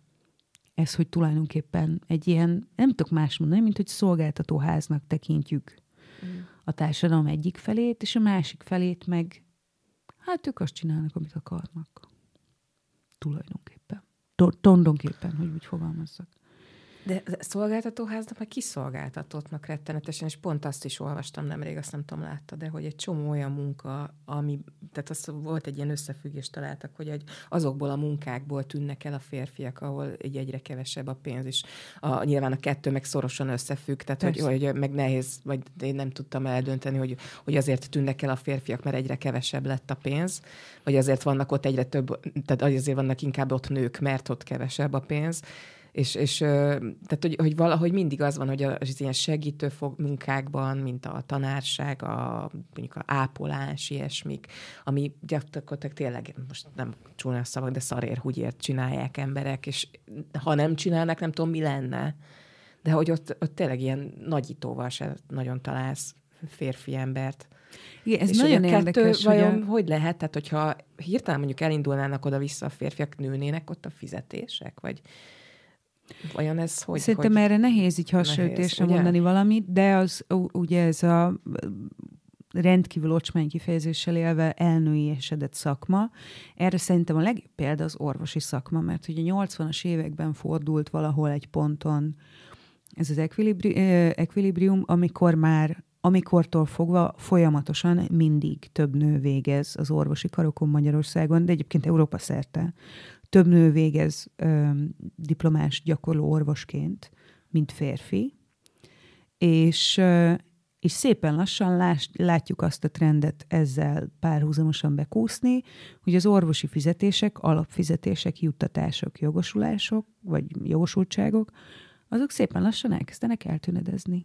tulajdonképpen egy ilyen, nem tudok más mondani, mint hogy szolgáltatóháznak tekintjük a társadalom egyik felét, és a másik felét meg, hát ők azt csinálnak, amit akarnak. Tulajdonképpen. Tondonképpen, hogy úgy fogalmazzak. De szolgáltatóháznak, meg kiszolgáltatottnak rettenetesen, és pont azt is olvastam nemrég, azt nem tudom, látta, de hogy egy csomó olyan munka, tehát az volt egy ilyen összefüggést találtak, hogy azokból a munkákból tűnnek el a férfiak, ahol egyre kevesebb a pénz, és nyilván a kettő meg szorosan összefügg, tehát hogy meg nehéz, vagy én nem tudtam eldönteni, hogy azért tűnnek el a férfiak, mert egyre kevesebb lett a pénz, vagy azért vannak ott egyre több, tehát azért vannak inkább ott nők, mert ott kevesebb a pénz. És tehát, hogy valahogy mindig az van, hogy az ilyen segítő munkákban, mint a tanárság, mondjuk a ápolás, ilyesmik, ami gyakorlatilag tényleg, most nem csúnya szavak, de szarérhúgyért csinálják emberek, és ha nem csinálnak, nem tudom, mi lenne. De hogy ott tényleg ilyen nagyítóval se nagyon találsz férfi embert. Igen, ez és nagyon érdekes. Vajon hogy lehet? Tehát, hogyha hirtelen mondjuk elindulnának oda-vissza a férfiak, nőnének ott a fizetések? Vagy vajon ez hogy? Szerintem erre nehéz így hasonlítésre mondani valamit, de az ugye ez a rendkívül ocsmány kifejezéssel élve elnőiesedett szakma. Erre szerintem a legjobb példa az orvosi szakma, mert ugye 80-as években fordult valahol egy ponton ez az ekvilibrium, amikortól fogva folyamatosan mindig több nő végez az orvosi karokon Magyarországon, de egyébként Európa szerte. Több nő végez diplomás gyakorló orvosként, mint férfi, és szépen lassan látjuk azt a trendet ezzel párhuzamosan bekúszni, hogy az orvosi fizetések, alapfizetések, juttatások, jogosulások, vagy jogosultságok, azok szépen lassan elkezdenek eltűnedezni.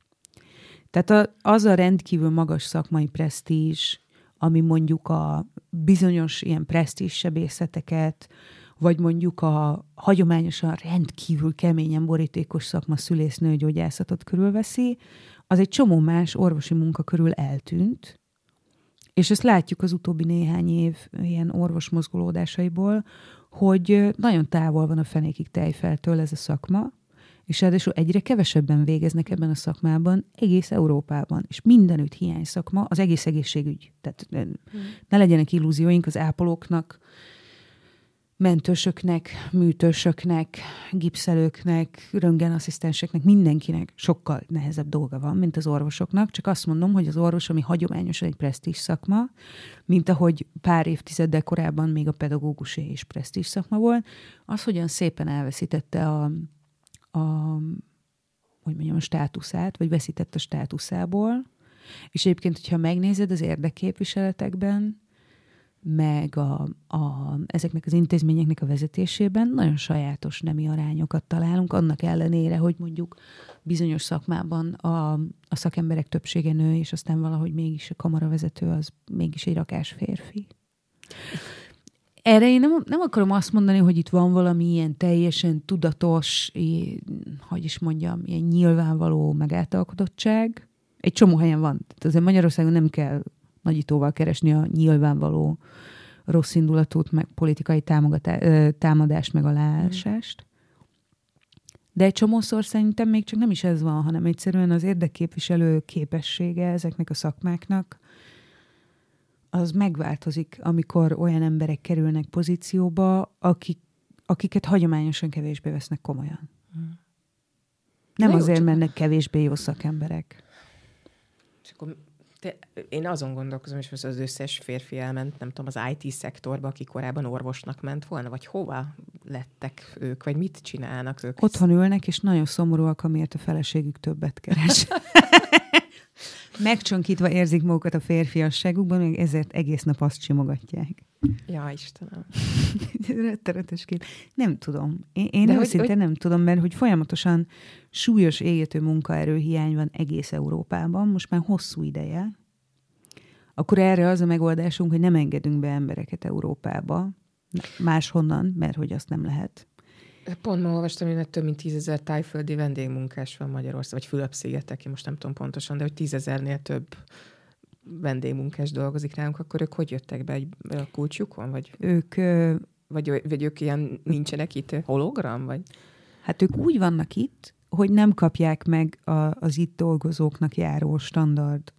Tehát az a rendkívül magas szakmai presztízs, ami mondjuk a bizonyos ilyen presztízs sebészeteket, vagy mondjuk a hagyományosan rendkívül keményen borítékos szakma szülésznőgyógyászatot körülveszi, az egy csomó más orvosi munka körül eltűnt, és ezt látjuk az utóbbi néhány év ilyen orvos mozgolódásaiból, hogy nagyon távol van a fenékig tejfeltől ez a szakma, és ráadásul egyre kevesebben végeznek ebben a szakmában egész Európában, és mindenütt hiány szakma az egész egészségügy. Tehát ne legyenek illúzióink az ápolóknak, mentősöknek, műtősöknek, gipszelőknek, röntgenasszisztenseknek, mindenkinek sokkal nehezebb dolga van, mint az orvosoknak. Csak azt mondom, hogy az orvos, ami hagyományosan egy presztízs szakma, mint ahogy pár évtizeddel korábban még a pedagógusé is presztízs szakma volt, az hogyan szépen elveszítette a státuszát, vagy veszített a státuszából. És egyébként, hogyha megnézed az érdekképviseletekben, meg ezeknek az intézményeknek a vezetésében nagyon sajátos nemi arányokat találunk, annak ellenére, hogy mondjuk bizonyos szakmában a szakemberek többsége nő, és aztán valahogy mégis a kamaravezető az mégis egy rakás férfi. Erre én nem akarom azt mondani, hogy itt van valami ilyen teljesen tudatos, hogy is mondjam, ilyen nyilvánvaló megáltalkodottság. Egy csomó helyen van. Tehát azért Magyarországon nem kell nagyítóval keresni a nyilvánvaló rossz indulatút, meg politikai támadást, meg aláásást. De egy csomószor szerintem még csak nem is ez van, hanem egyszerűen az érdekképviselő képessége ezeknek a szakmáknak az megváltozik, amikor olyan emberek kerülnek pozícióba, akiket hagyományosan kevésbé vesznek komolyan. Nem azért, mert kevésbé jó szakemberek. És akkor én azon gondolkozom, és az összes férfi elment, nem tudom, az IT-szektorba, aki korábban orvosnak ment volna, vagy hova lettek ők, vagy mit csinálnak ők? Otthon ülnek, és nagyon szomorúak, amiért a feleségük többet keres. Megcsonkítva érzik magukat a férfiasságukban, még ezért egész nap azt simogatják. Ja, Istenem. Rettenetesként. Nem tudom. Én őszintén nem tudom, mert hogy folyamatosan súlyos égető munkaerőhiány van egész Európában, most már hosszú ideje. Akkor erre az a megoldásunk, hogy nem engedünk be embereket Európába, máshonnan, mert hogy azt nem lehet. Pont ma olvastam, hogy több mint 10 000 tájföldi vendégmunkás van Magyarország, vagy Fülöp-szigetek, én most nem tudom pontosan, de hogy 10 000-nél több vendégmunkás dolgozik nálunk, akkor ők hogy jöttek be? Egy kulcsjukon? Vagy ők ilyen nincsenek itt? Hologram? Vagy? Hát ők úgy vannak itt, hogy nem kapják meg az itt dolgozóknak járó standard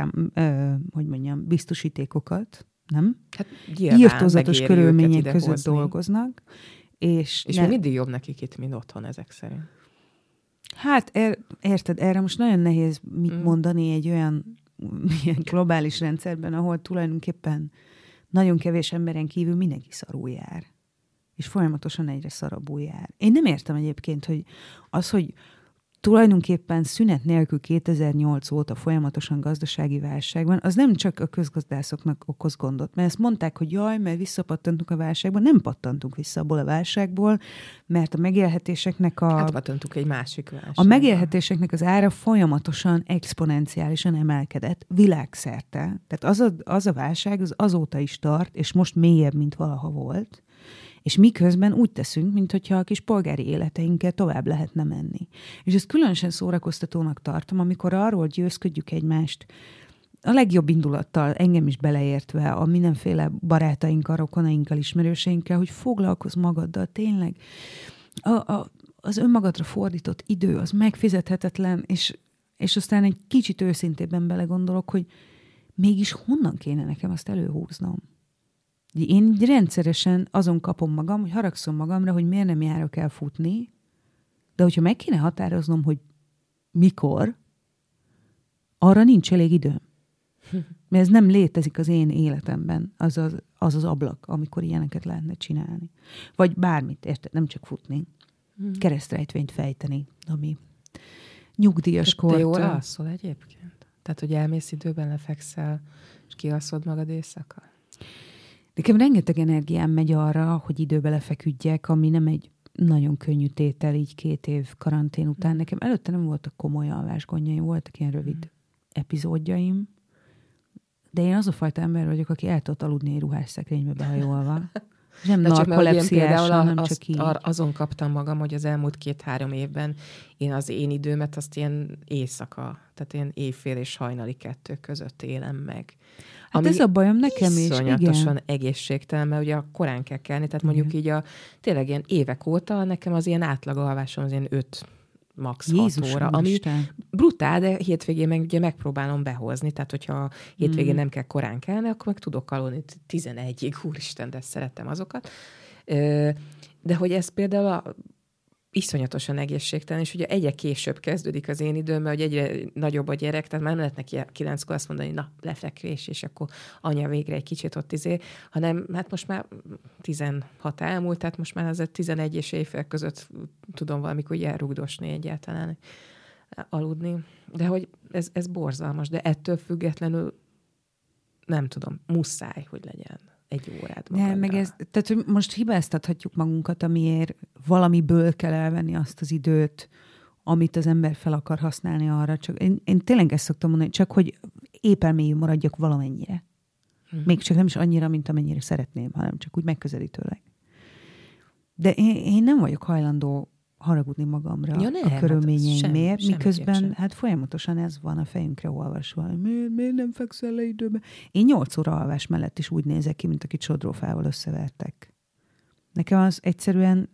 biztosítékokat, nem? Hát írtózatos körülmények között hozni. Dolgoznak. És még mindig jobb nekik itt, mint otthon ezek szerint. Hát érted, erre most nagyon nehéz mit mondani egy olyan ilyen globális rendszerben, ahol tulajdonképpen nagyon kevés emberen kívül mindenki szarul jár. És folyamatosan egyre szarabbul jár. Én nem értem egyébként, hogy tulajdonképpen szünet nélkül 2008 óta folyamatosan gazdasági válságban, az nem csak a közgazdászoknak okoz gondot, mert ezt mondták, hogy jaj, mert visszapattantunk a válságból, nem pattantunk vissza abból a válságból, mert a megélhetéseknek átpattantunk egy másik válságba. A megélhetéseknek az ára folyamatosan exponenciálisan emelkedett világszerte. Tehát az a válság az azóta is tart, és most mélyebb, mint valaha volt. És miközben úgy teszünk, mintha a kis polgári életeinkkel tovább lehetne menni. És ezt különösen szórakoztatónak tartom, amikor arról győzködjük egymást, a legjobb indulattal, engem is beleértve, a mindenféle barátainkkal, rokonainkkal, ismerőseinkkel, hogy foglalkozz magaddal, tényleg. Az önmagadra fordított idő, az megfizethetetlen, és aztán egy kicsit őszintében belegondolok, hogy mégis honnan kéne nekem azt előhúznom. Én rendszeresen azon kapom magam, hogy haragszom magamra, hogy miért nem járok el futni, de hogyha meg kéne határoznom, hogy mikor, arra nincs elég időm. Mert ez nem létezik az én életemben, az az ablak, amikor ilyeneket lehetne csinálni. Vagy bármit, érted? Nem csak futni. Keresztrejtvényt fejteni, ami nyugdíjas kort. Te jól alszol egyébként? Tehát, hogy elmész időben, lefekszel, és kialszod magad éjszaka? Nekem rengeteg energiám megy arra, hogy időbe lefeküdjek, ami nem egy nagyon könnyű tétel így 2 év karantén után. Nekem előtte nem voltak komoly alvásgondjaim, voltak ilyen rövid epizódjaim, de én az a fajta ember vagyok, aki el tudott aludni egy ruhásszekrénybe behajolva. Nem narkolepsziás, nem csak így. Azon kaptam magam, hogy az elmúlt 2-3 évben én az én időmet azt ilyen éjszaka, tehát ilyen éjfél és hajnali 2 között élem meg. Hát ez a bajom nekem is, iszonyatosan egészségtelen, mert ugye korán kell kelni, tehát mondjuk így tényleg ilyen évek óta nekem az ilyen átlagalvásom az ilyen 5 max 6 óra, ami brutál, de hétvégén meg ugye megpróbálom behozni, tehát hogyha hétvégén nem kell korán kelni, akkor meg tudok aludni 11-ig, úristen, de szeretem azokat. De hogy ez például iszonyatosan egészségtelen, és ugye egyre később kezdődik az én időm, mert egyre nagyobb a gyerek, tehát már nem lehet neki 9-kor azt mondani, na, lefekvés, és akkor anya végre egy kicsit ott hanem hát most már 16 elmúlt, tehát most már azért 11 és éjfél között tudom valamikor ugye elrugdosni egyáltalán aludni. De hogy ez borzalmas, de ettől függetlenül nem tudom, muszáj, hogy legyen 1 órát magadra. Nem, meg tehát hogy most hibáztathatjuk magunkat, amiért valamiből kell elvenni azt az időt, amit az ember fel akar használni arra. Csak én tényleg ezt szoktam mondani, csak hogy épp elmélyű maradjak valamennyire. Még csak nem is annyira, mint amennyire szeretném, hanem csak úgy megközelítőleg. De én nem vagyok hajlandó haragudni magamra a körülményeimért, miközben hát folyamatosan ez van a fejünkre olvasva. Miért nem fekszel le időben? Én 8 óra alvás mellett is úgy nézek ki, mint akit sodrófával összevertek. Nekem az egyszerűen,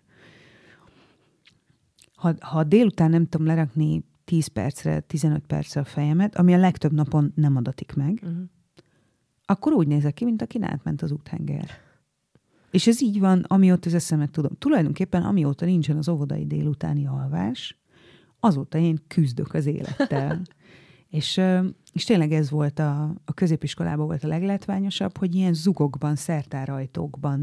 ha délután nem tudom lerakni 10 percre, 15 percre a fejemet, ami a legtöbb napon nem adatik meg, akkor úgy nézek ki, mint aki átment az úthenger. És ez így van, amióta az eszemet tudom. Tulajdonképpen amióta nincsen az óvodai délutáni alvás, azóta én küzdök az élettel. és tényleg ez volt a középiskolában volt a leglátványosabb, hogy ilyen zugokban, szertárajtókban,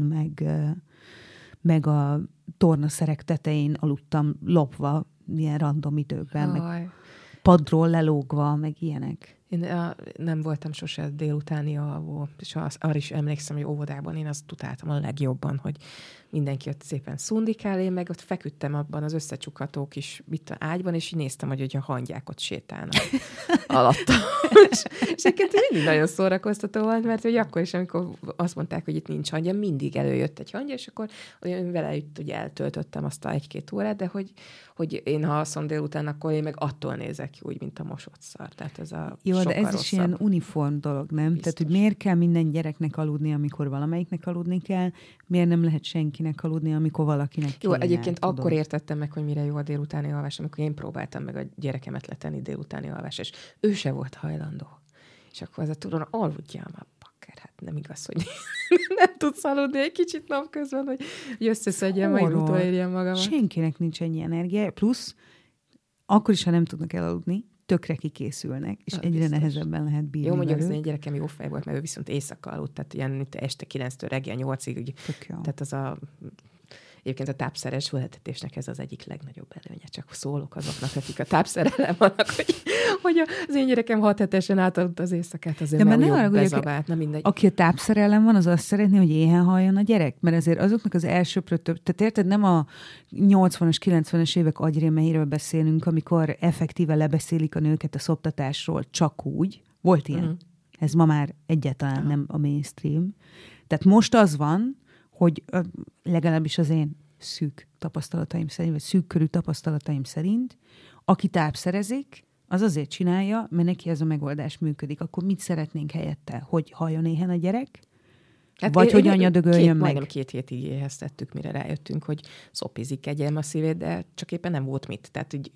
meg a tornaszerek tetején aludtam lopva, ilyen random időkben, meg padról lelógva, meg ilyenek. Én nem voltam sose délutáni alvó, és arra is emlékszem, hogy óvodában én azt utáltam a legjobban, hogy mindenki ott szépen szundikál, én meg ott feküdtem abban az összecsukható kis ágyban, és így néztem, hogy a hangyák ott sétálnak alatta. és egyébként mindig nagyon szórakoztató volt, mert hogy akkor is, amikor azt mondták, hogy itt nincs hangya, mindig előjött egy hangya, és akkor vele itt ugye eltöltöttem azt a 1-2 órát, de hogy én ha alszom délután, akkor én meg attól nézek ki úgy, mint a mosott szar. Tehát ez a jó, de ez rosszabb. Is ilyen uniform dolog, nem? Biztos. Tehát, hogy miért kell minden gyereknek aludni, amikor valamelyiknek aludni kell, miért nem lehet senkinek aludni, amikor valakinek kéne. Jó, egyébként akkor értettem meg, hogy mire jó a délutáni alvás, amikor én próbáltam meg a gyerekemet letenni délutáni alvás, és ő se volt hajlandó. És akkor az a tudom, aludjál már, bakker, hát nem igaz, hogy nem tudsz aludni egy kicsit napközben, hogy összeszedjen, majd utolérjen magamat. Senkinek nincs ennyi energia, plusz akkor is, ha nem tudnak elaludni, tökre kikészülnek, és egyre biztos. Nehezebben lehet bírni. Jó, mondjuk az én gyerekem jó fej volt, mert ő viszont éjszaka aludt, tehát ilyen este 9-től reggel 8-ig. Tehát az egyébként a tápszeres születetésnek ez az egyik legnagyobb előnye. Csak szólok azoknak, akik a tápszerelem vannak, hogy az én gyerekem 6 hetesen átaludt az éjszakát, azért mert úgy bezabált. Na mindegy. Aki a tápszerelem van, az azt szeretné, hogy éhen halljon a gyerek, mert azért azoknak az tehát érted, nem a 80-as, 90-es évek agyrémeiről beszélünk, amikor effektíve lebeszélik a nőket a szoptatásról csak úgy. Volt ilyen. Ez ma már egyáltalán nem a mainstream. Tehát most az van, hogy legalábbis az én szűk tapasztalataim szerint, vagy szűk körű tapasztalataim szerint, aki tápszerezik, az azért csinálja, mert neki ez a megoldás működik. Akkor mit szeretnénk helyette? Hogy halljon éhen a gyerek? Hát vagy hogy anya dögöljön meg? Majdnem 2 hétig éheztettük, mire rájöttünk, hogy szopizik egyelme a szívét, de csak éppen nem volt mit. Tehát úgy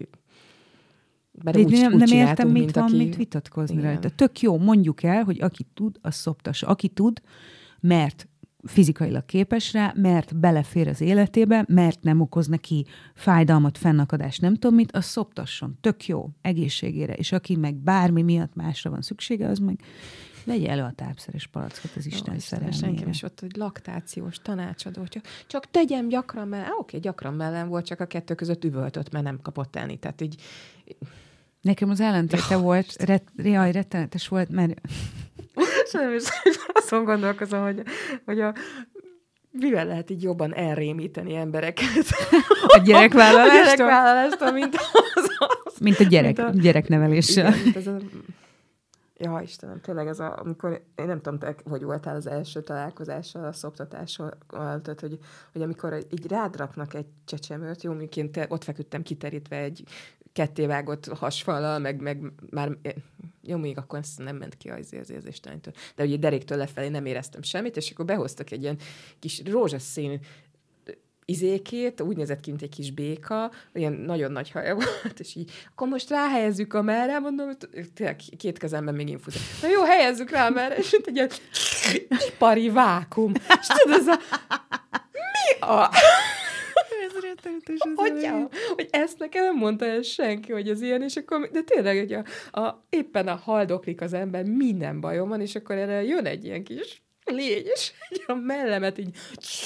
nem értem, mit van, mit vitatkozni rajta. Tök jó, mondjuk el, hogy aki tud, az szoptassa. Aki tud, mert fizikailag képes rá, mert belefér az életébe, mert nem okoz neki fájdalmat, fennakadást, nem tudom mit, az szoptasson. Tök jó, egészségére. És aki meg bármi miatt másra van szüksége, az meg vegye elő a tápszeres palackot az Isten szerelmére. Nekem is ott, hogy laktációs tanácsadó, csak tegyem gyakran mellem. Oké, gyakran mellem volt, csak a 2 között üvöltött, mert nem kapott enni. Tehát így... Nekem az ellentéte volt, rettenetes volt, mert... Sajnos azon gondolkozom, hogy mivel lehet így jobban elrémíteni embereket. A gyerekvállalástól? A gyerekvállalástól, mint a gyerekneveléssel. Igen, Ja, Istenem, tényleg ez amikor, én nem tudom, te hogy voltál az első találkozással, a szoptatással, tehát, hogy amikor így rád raknak egy csecsemőt, jó, mondjuk én ott feküdtem kiterítve egy kettévágott hasfallal, meg már, jó, még akkor ezt nem ment ki az érzéstelenítől, de ugye deréktől lefelé nem éreztem semmit, és akkor behoztak egy ilyen kis rózsaszín izékét, úgy nézett ki, mint egy kis béka, olyan nagyon nagy haja volt, és így, akkor most ráhelyezzük a merre, mondom, tényleg 2 kezemben még infúzia. Na jó, helyezzük rá a merre, és mint egy ilyen ipari vákum. És tudod, ez a... Mi a... Ez rettenetes. Hogy ezt nekem nem mondta el senki, hogy ez ilyen, és akkor, de tényleg, hogy éppen a haldoklik az ember, minden bajom van, és akkor erre jön egy ilyen kis légy, és a mellemet így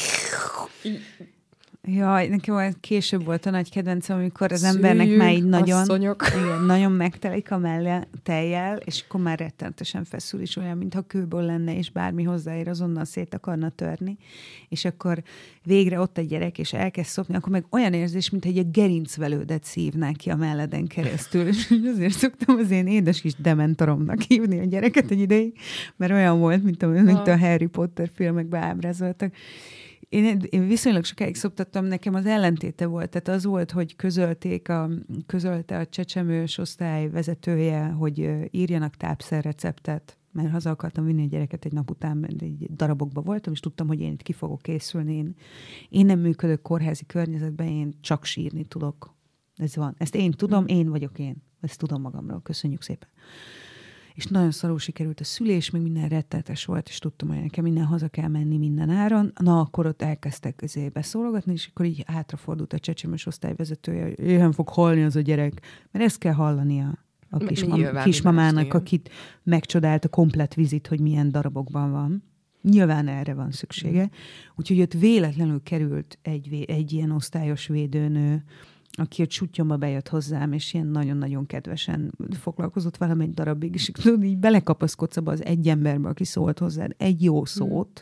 Jaj, nekem később volt a nagy kedvencem, amikor az embernek már így nagyon megtelik a melle tejjel, és akkor már rettenetesen feszül is, olyan, mintha kőből lenne, és bármi hozzáér, azonnal szét akarna törni. És akkor végre ott egy gyerek, és elkezd szopni, akkor meg olyan érzés, mintha egy gerincvelődet szívnák ki a melleden keresztül. És azért szoktam az én édes kis dementoromnak hívni a gyereket egy ideig, mert olyan volt, mint a Harry Potter filmekben ábrázoltak. Én viszonylag sokáig szoptattam, nekem az ellentéte volt. Tehát az volt, hogy közölte a csecsemős osztály vezetője, hogy írjanak tápszerreceptet, mert haza akartam vinni a gyereket egy nap után, mert egy darabokban voltam, és tudtam, hogy én itt ki fogok készülni. Én nem működök kórházi környezetben, én csak sírni tudok. Ez van. Ezt én tudom, én vagyok én. Ezt tudom magamról. Köszönjük szépen. És nagyon szarul sikerült a szülés, még minden rettenetes volt, és tudtam, hogy nekem minden haza kell menni minden áron. Na, akkor ott elkezdtek beszólogatni, és akkor így hátrafordult a csecsemős osztályvezetője, éhen fog halni az a gyerek, mert ezt kell hallania a kismamának, akit megcsodált a komplett vizit, hogy milyen darabokban van. Nyilván erre van szüksége. Úgyhogy ott véletlenül került egy ilyen osztályos védőnő, aki a csuttyomba bejött hozzám, és ilyen nagyon-nagyon kedvesen foglalkozott velem egy darabig, és így belekapaszkodsz abba az egy emberbe, aki szólt hozzád egy jó szót.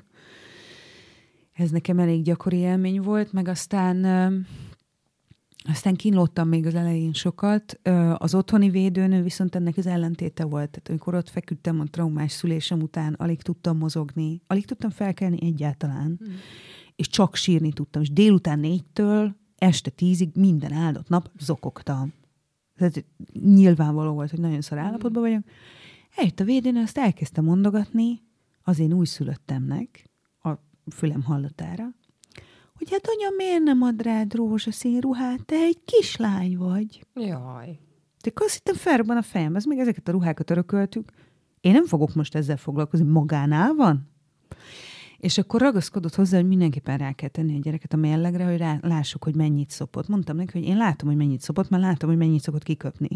Ez nekem elég gyakori élmény volt, meg aztán kínlódtam még az elején sokat. Az otthoni védőnő viszont ennek az ellentéte volt. Tehát amikor ott feküdtem a traumás szülésem után, alig tudtam mozogni, alig tudtam felkelni egyáltalán, és csak sírni tudtam. És délután 4-től este 10-ig minden áldott nap zokogtam. Tehát nyilvánvaló volt, hogy nagyon szar állapotban vagyok. Eljött a védőnő, azt elkezdte mondogatni az én újszülöttemnek, a fülem hallatára, hogy hát anya, miért nem ad rád rózsaszín ruhát? Te egy kislány vagy. Jaj. De azt hittem felrobban a fejem, ez még ezeket a ruhákat örököltük. Én nem fogok most ezzel foglalkozni, magánál van? És akkor ragaszkodott hozzá, hogy mindenképpen rá kell tenni a gyereket a mérlegre, hogy lássuk, hogy mennyit szopott. Mondtam neki, hogy én látom, hogy mennyit szopott, mert látom, hogy mennyit szokott kiköpni.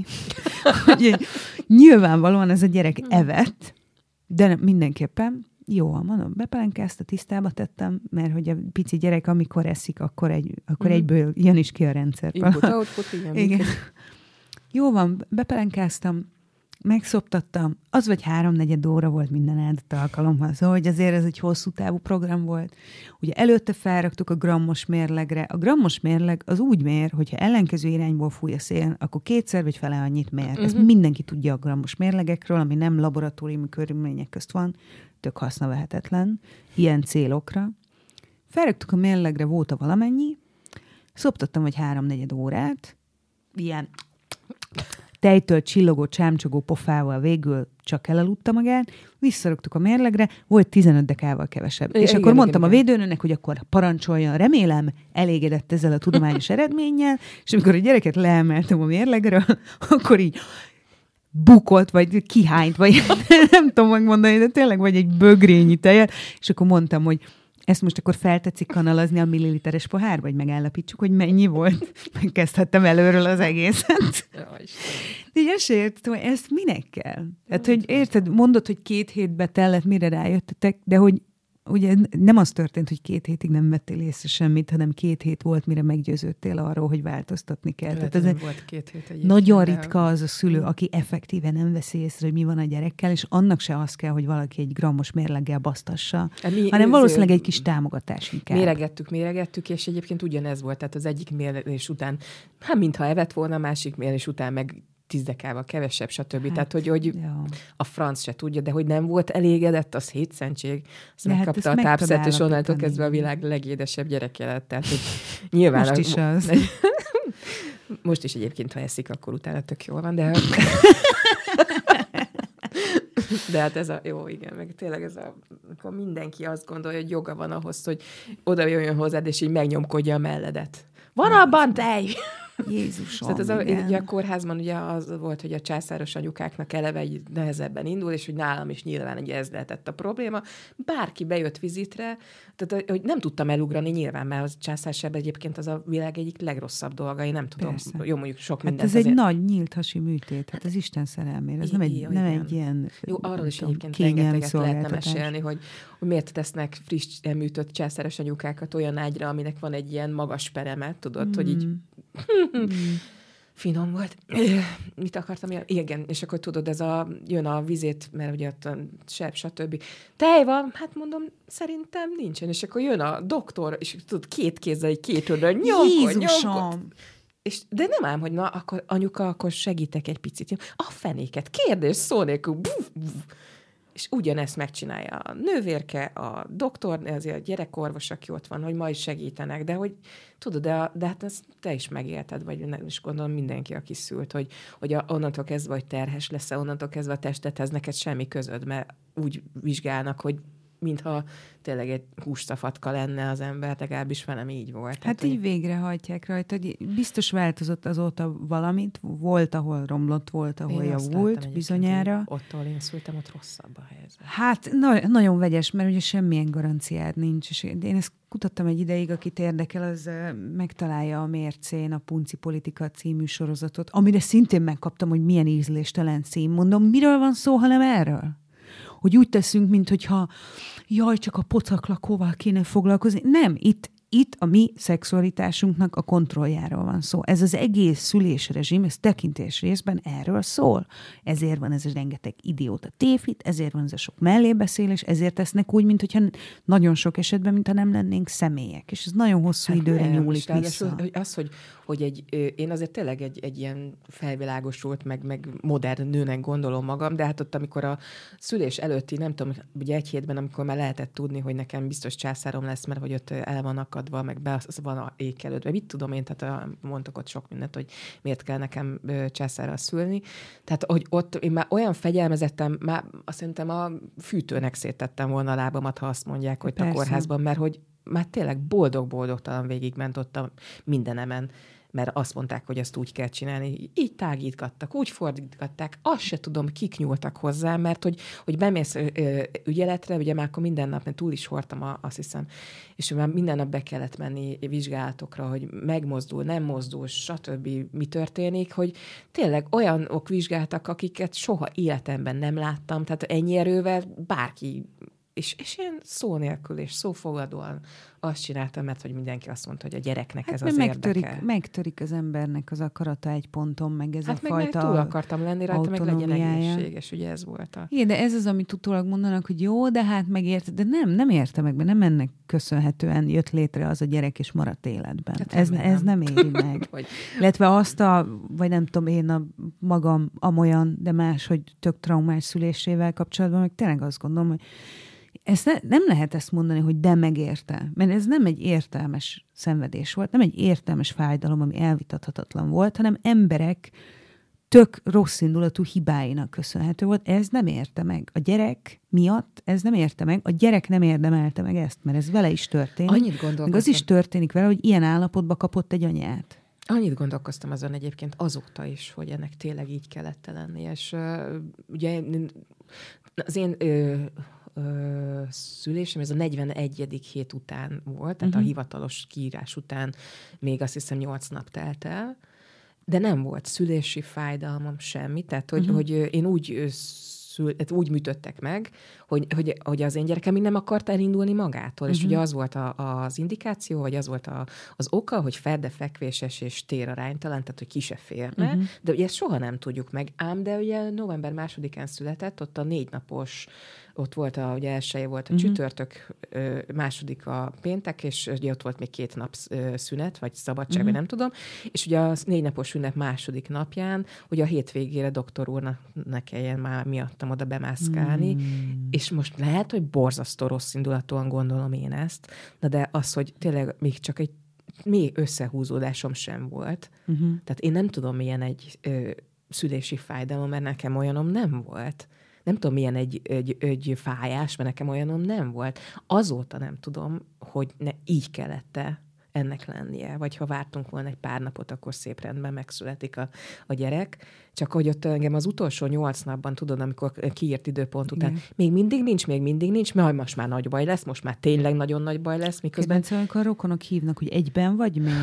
Nyilvánvalóan ez a gyerek evett, de mindenképpen jó, mondom, bepelenkázta, tisztába tettem, mert hogy a pici gyerek, amikor eszik, akkor egyből jön is ki a rendszer. Igen. Jó van, bepelenkáztam, megszoptattam, az vagy 3-4 óra volt minden áldott alkalommal, szóval hogy azért ez egy hosszú távú program volt. Ugye előtte felraktuk a grammos mérlegre. A grammos mérleg az úgy mér, hogyha ellenkező irányból fúj a szél, akkor 2-szer vagy fele annyit mér. Ezt mindenki tudja a grammos mérlegekről, ami nem laboratóriumi körülmények közt van, tök hasznavehetetlen, ilyen célokra. Felraktuk a mérlegre, volt a valamennyi, szoptattam vagy 3-4 órát, ilyen tejtől csillogó, csámcsogó pofával végül csak elaludta magát, visszaraktuk a mérlegre, volt 15 dekával kevesebb. És akkor mondtam a védőnőnek, hogy akkor parancsoljon, remélem elégedett ezzel a tudományos eredménnyel, és amikor a gyereket leemeltem a mérlegről, akkor így bukott, vagy kihányt, vagy nem tudom megmondani, de tényleg vagy egy bögrényi tejet, és akkor mondtam, hogy ezt most akkor feltetszik kanalazni a milliliteres pohárba, vagy megállapítsuk, hogy mennyi volt. Megkezdhettem előről az egészet. De így azt értem, hogy ezt minek kell? Hát, hogy érted, mondod, hogy 2 hétbe tellett, mire rájöttetek, de hogy ugye nem az történt, hogy 2 hétig nem vettél észre semmit, hanem 2 hét volt, mire meggyőződtél arról, hogy változtatni kell. Tehát ez volt 2 hét nagyon ritka az a szülő, aki effektíve nem veszi észre, hogy mi van a gyerekkel, és annak se az kell, hogy valaki egy grammos mérleggel basztassa, hanem valószínűleg egy kis támogatás inkább. Méregettük, és egyébként ugyanez volt. Tehát az egyik mérlés után, mintha evett volna, a másik mérlés után meg 10-kával kevesebb, stb. Hát, tehát, hogy ja. A franc se tudja, de hogy nem volt elégedett, az hétszentség. Azt megkapta hát a tápszert, és onnantól kezdve a világ legédesebb gyerekje lett. Tehát, hogy nyilván... Most is az. Most is egyébként, ha eszik, akkor utána tök jól van, de... De hát ez a... Jó, igen, meg tényleg ez a... Amikor mindenki azt gondolja, hogy joga van ahhoz, hogy oda jöjjön hozzád, és így megnyomkodja a melledet. Van abban tej! Jézusom, tehát ugye a kórházban ugye az volt, hogy a császáros anyukáknak eleve egy nehezebben indul, és hogy nálam is nyilván ugye ez lehetett a probléma. Bárki bejött vizitre, tehát hogy nem tudtam elugrani nyilván, mert az császárság egyébként az a világ egyik legrosszabb dolga, én nem tudom. Persze. Jó, mondjuk sok hát mindent. ez egy nagy nyílt hasi műtét, hát ez Isten szerelmére, ez nem egy ilyen jó, arról is egyébként rengeteget lehetne mesélni, hogy miért tesznek friss műtött császáros anyukákat olyan ágyra, aminek van egy ilyen magas pereme, tudod, hogy így finom volt. Mit akartam? Igen, és akkor tudod, jön a vizét, mert ugye ott a sebb, stb. Tej van? Hát mondom, szerintem nincsen. És akkor jön a doktor, és tudod, 2 kézzel, 2 oldal, nyomkod. De nem ám, hogy na, akkor anyuka, akkor segítek egy picit. A fenéket, kérdés, szó nélkül. És ugyanezt megcsinálja a nővérke, a doktor, azért a gyerekorvos, aki ott van, hogy ma is segítenek, de hogy tudod, de hát ezt te is megélted, vagy nem is gondolom mindenki, aki szült, hogy onnantól kezdve, hogy terhes lesz, onnantól kezdve a testethez neked semmi közöd, mert úgy vizsgálnak, hogy mintha tényleg egy húscafatka lenne az ember, legalábbis velem így volt. Hát így végrehajtják rajta, hogy biztos változott azóta valamit, volt, ahol romlott, volt, ahol javult, bizonyára. Ottól én szültem, ott rosszabb a helyzet. Hát nagyon vegyes, mert ugye semmilyen garanciád nincs, és én ezt kutattam egy ideig, akit érdekel, az megtalálja a Mércén a Punci Politika című sorozatot, amire szintén megkaptam, hogy milyen ízléstelen cím. Mondom, miről van szó, hanem erről? Hogy úgy teszünk, minthogyha jaj, csak a pocaklakóval kéne foglalkozni. Nem, itt a mi szexualitásunknak a kontrolljáról van szó. Ez az egész szülésrezsim, ez tekintés részben erről szól. Ezért van ez a rengeteg idióta tévhit, ezért van ez a sok mellébeszélés, ezért tesznek úgy, mintha nagyon sok esetben, mintha nem lennénk személyek. És ez nagyon hosszú időre nyúlik vissza. Én azért tényleg egy ilyen felvilágosult, meg modern nőnek gondolom magam, de hát ott, amikor a szülés előtti, nem tudom, ugye 1 hétben, amikor már lehetett tudni, hogy nekem biztos császárom lesz, mert hogy ott el van akadva, meg van a ékelődve. Mit tudom én, tehát mondtak ott sok mindent, hogy miért kell nekem császárral szülni. Tehát, hogy ott én már olyan fegyelmezettem, már azt szerintem a fűtőnek széttettem volna a lábamat, ha azt mondják, hogy a kórházban, mert hogy már tényleg boldog-boldogtalan végigment ott a mindenemen, mert azt mondták, hogy ezt úgy kell csinálni. Így tágítgattak, úgy fordítgatták, azt se tudom, kik nyúltak hozzá, mert hogy bemész ügyeletre, ugye már akkor minden nap, mert túl is hordtam, azt hiszem, és már minden nap be kellett menni vizsgálatokra, hogy megmozdul, nem mozdul, stb. Mi történik, hogy tényleg olyanok vizsgáltak, akiket soha életemben nem láttam, tehát ennyi erővel bárki. És én szó nélkül és szófogadóan azt csináltam, mert hogy mindenki azt mondta, hogy a gyereknek hát ez az érdeke. Megtörik az embernek az akarata egy ponton, meg ez a fajta túl akartam lenni rajta, meg legyen egészséges, ugye ez volt a... Igen, de ez az, amit utólag mondanak, hogy jó, de hát megérte, de nem érte meg, mert nem ennek köszönhetően jött létre az a gyerek, és maradt életben. Hát ez nem éri meg. Illetve azt vagy nem tudom, én a magam amolyan, de más, hogy tök traumás szülésével kapcsolatban, meg tényleg azt gondolom, hogy nem lehet ezt mondani, hogy de megérte, mert ez nem egy értelmes szenvedés volt, nem egy értelmes fájdalom, ami elvitathatatlan volt, hanem emberek tök rosszindulatú hibáinak köszönhető volt. Ez nem érte meg. A gyerek miatt ez nem érte meg. A gyerek nem érdemelte meg ezt, mert ez vele is történik. Meg az is történik vele, hogy ilyen állapotba kapott egy anyát. Annyit gondolkoztam azon egyébként azóta is, hogy ennek tényleg így kellett lenni. És ugye az én... szülésem, ez a 41. hét után volt, tehát a hivatalos kiírás után még azt hiszem 8 nap telt el, de nem volt szülési fájdalmam, semmi, tehát hogy én úgy úgy műtöttek meg, hogy az én gyerekem még nem akart elindulni magától. És ugye az volt az indikáció, vagy az volt az oka, hogy fekvéses és téraránytalan, tehát hogy ki se férne. De ugye ezt soha nem tudjuk meg. Ám de ugye november 2-án született, ott a 4 napos, ott volt ugye elsője volt a csütörtök, második a péntek, és ugye ott volt még 2 nap szünet, vagy szabadság, vagy nem tudom. És ugye a 4 napos ünnep második napján, ugye a hétvégére doktor úrnak ne kelljen már miattam oda bemászkálni, és most lehet, hogy borzasztó rossz indulatúan gondolom én ezt, de az, hogy tényleg még csak egy mély összehúzódásom sem volt. Tehát én nem tudom, milyen egy szülési fájdalom, mert nekem olyanom nem volt. Nem tudom, milyen egy fájás, mert nekem olyanom nem volt. Azóta nem tudom, hogy így kellett-e ennek lennie, vagy ha vártunk volna egy pár napot, akkor szép rendben megszületik a gyerek. Csak hogy ott engem az utolsó 8 napban, tudod, amikor kiírt időpont után, még mindig nincs, mert most már nagy baj lesz, most már tényleg nagyon nagy baj lesz, miközben... Szóval, amikor a rokonok hívnak, hogy egyben vagy még?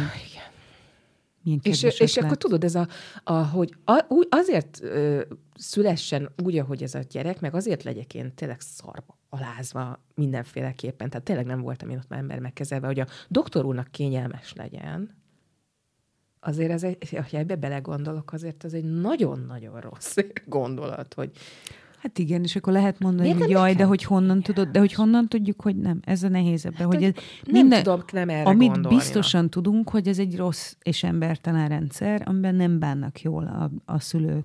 Igen. És akkor tudod, ez hogy azért szülessen úgy, ahogy ez a gyerek, meg azért legyek én tényleg szarba alázva mindenféleképpen. Tehát tényleg nem voltam én ott már ember megkezelve, hogy a doktor úrnak kényelmes legyen. Azért ha ebbe belegondolok, azért ez egy nagyon-nagyon rossz gondolat, hogy... Hát igen, és akkor lehet mondani, hogy jaj, de hogy honnan tudod, de hogy honnan tudjuk, hogy nem. Ez a nehéz ebben, hogy ez nem tudom, nem erre amit gondolni. Biztosan tudunk, hogy ez egy rossz és embertelen rendszer, amiben nem bánnak jól a szülők,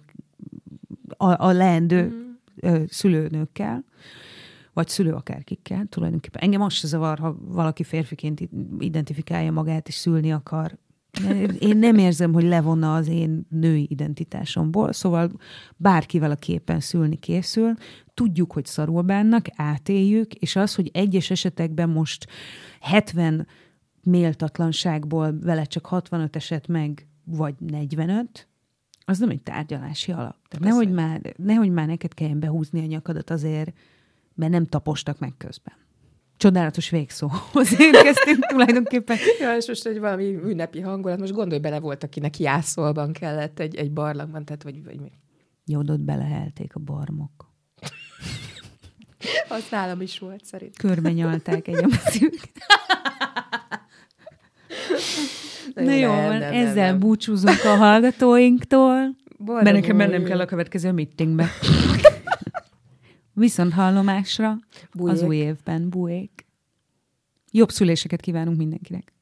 a leendő szülőnőkkel, vagy szülő akárkikkel, tulajdonképpen. Engem az se zavar, ha valaki férfiként identifikálja magát, és szülni akar. Én nem érzem, hogy levonna az én női identitásomból, szóval bárkivel a képen szülni készül, tudjuk, hogy szarul bánnak, átéljük, és az, hogy egyes esetekben most 70 méltatlanságból vele csak 65 eset meg, vagy 45, az nem egy tárgyalási alap. Tehát nehogy már neked kelljen behúzni a nyakadat azért, mert nem tapostak meg közben. Csodálatos végszóhoz érkeztünk tulajdonképpen. Ja, és most egy valami ünnepi hangulat. Most gondolj bele, volt, akinek Jászolban kellett egy barlangban, tehát vagy mi. Jódot belehelték a barmok. Az nálam is volt, szerintem. Körbenyalták egy szívüket. Na jó, ezzel búcsúzunk a hallgatóinktól. Mert nekem mennem kell a következő meetingbe. Viszont hallomásra az új évben, bujék. Jobb szüléseket kívánunk mindenkinek.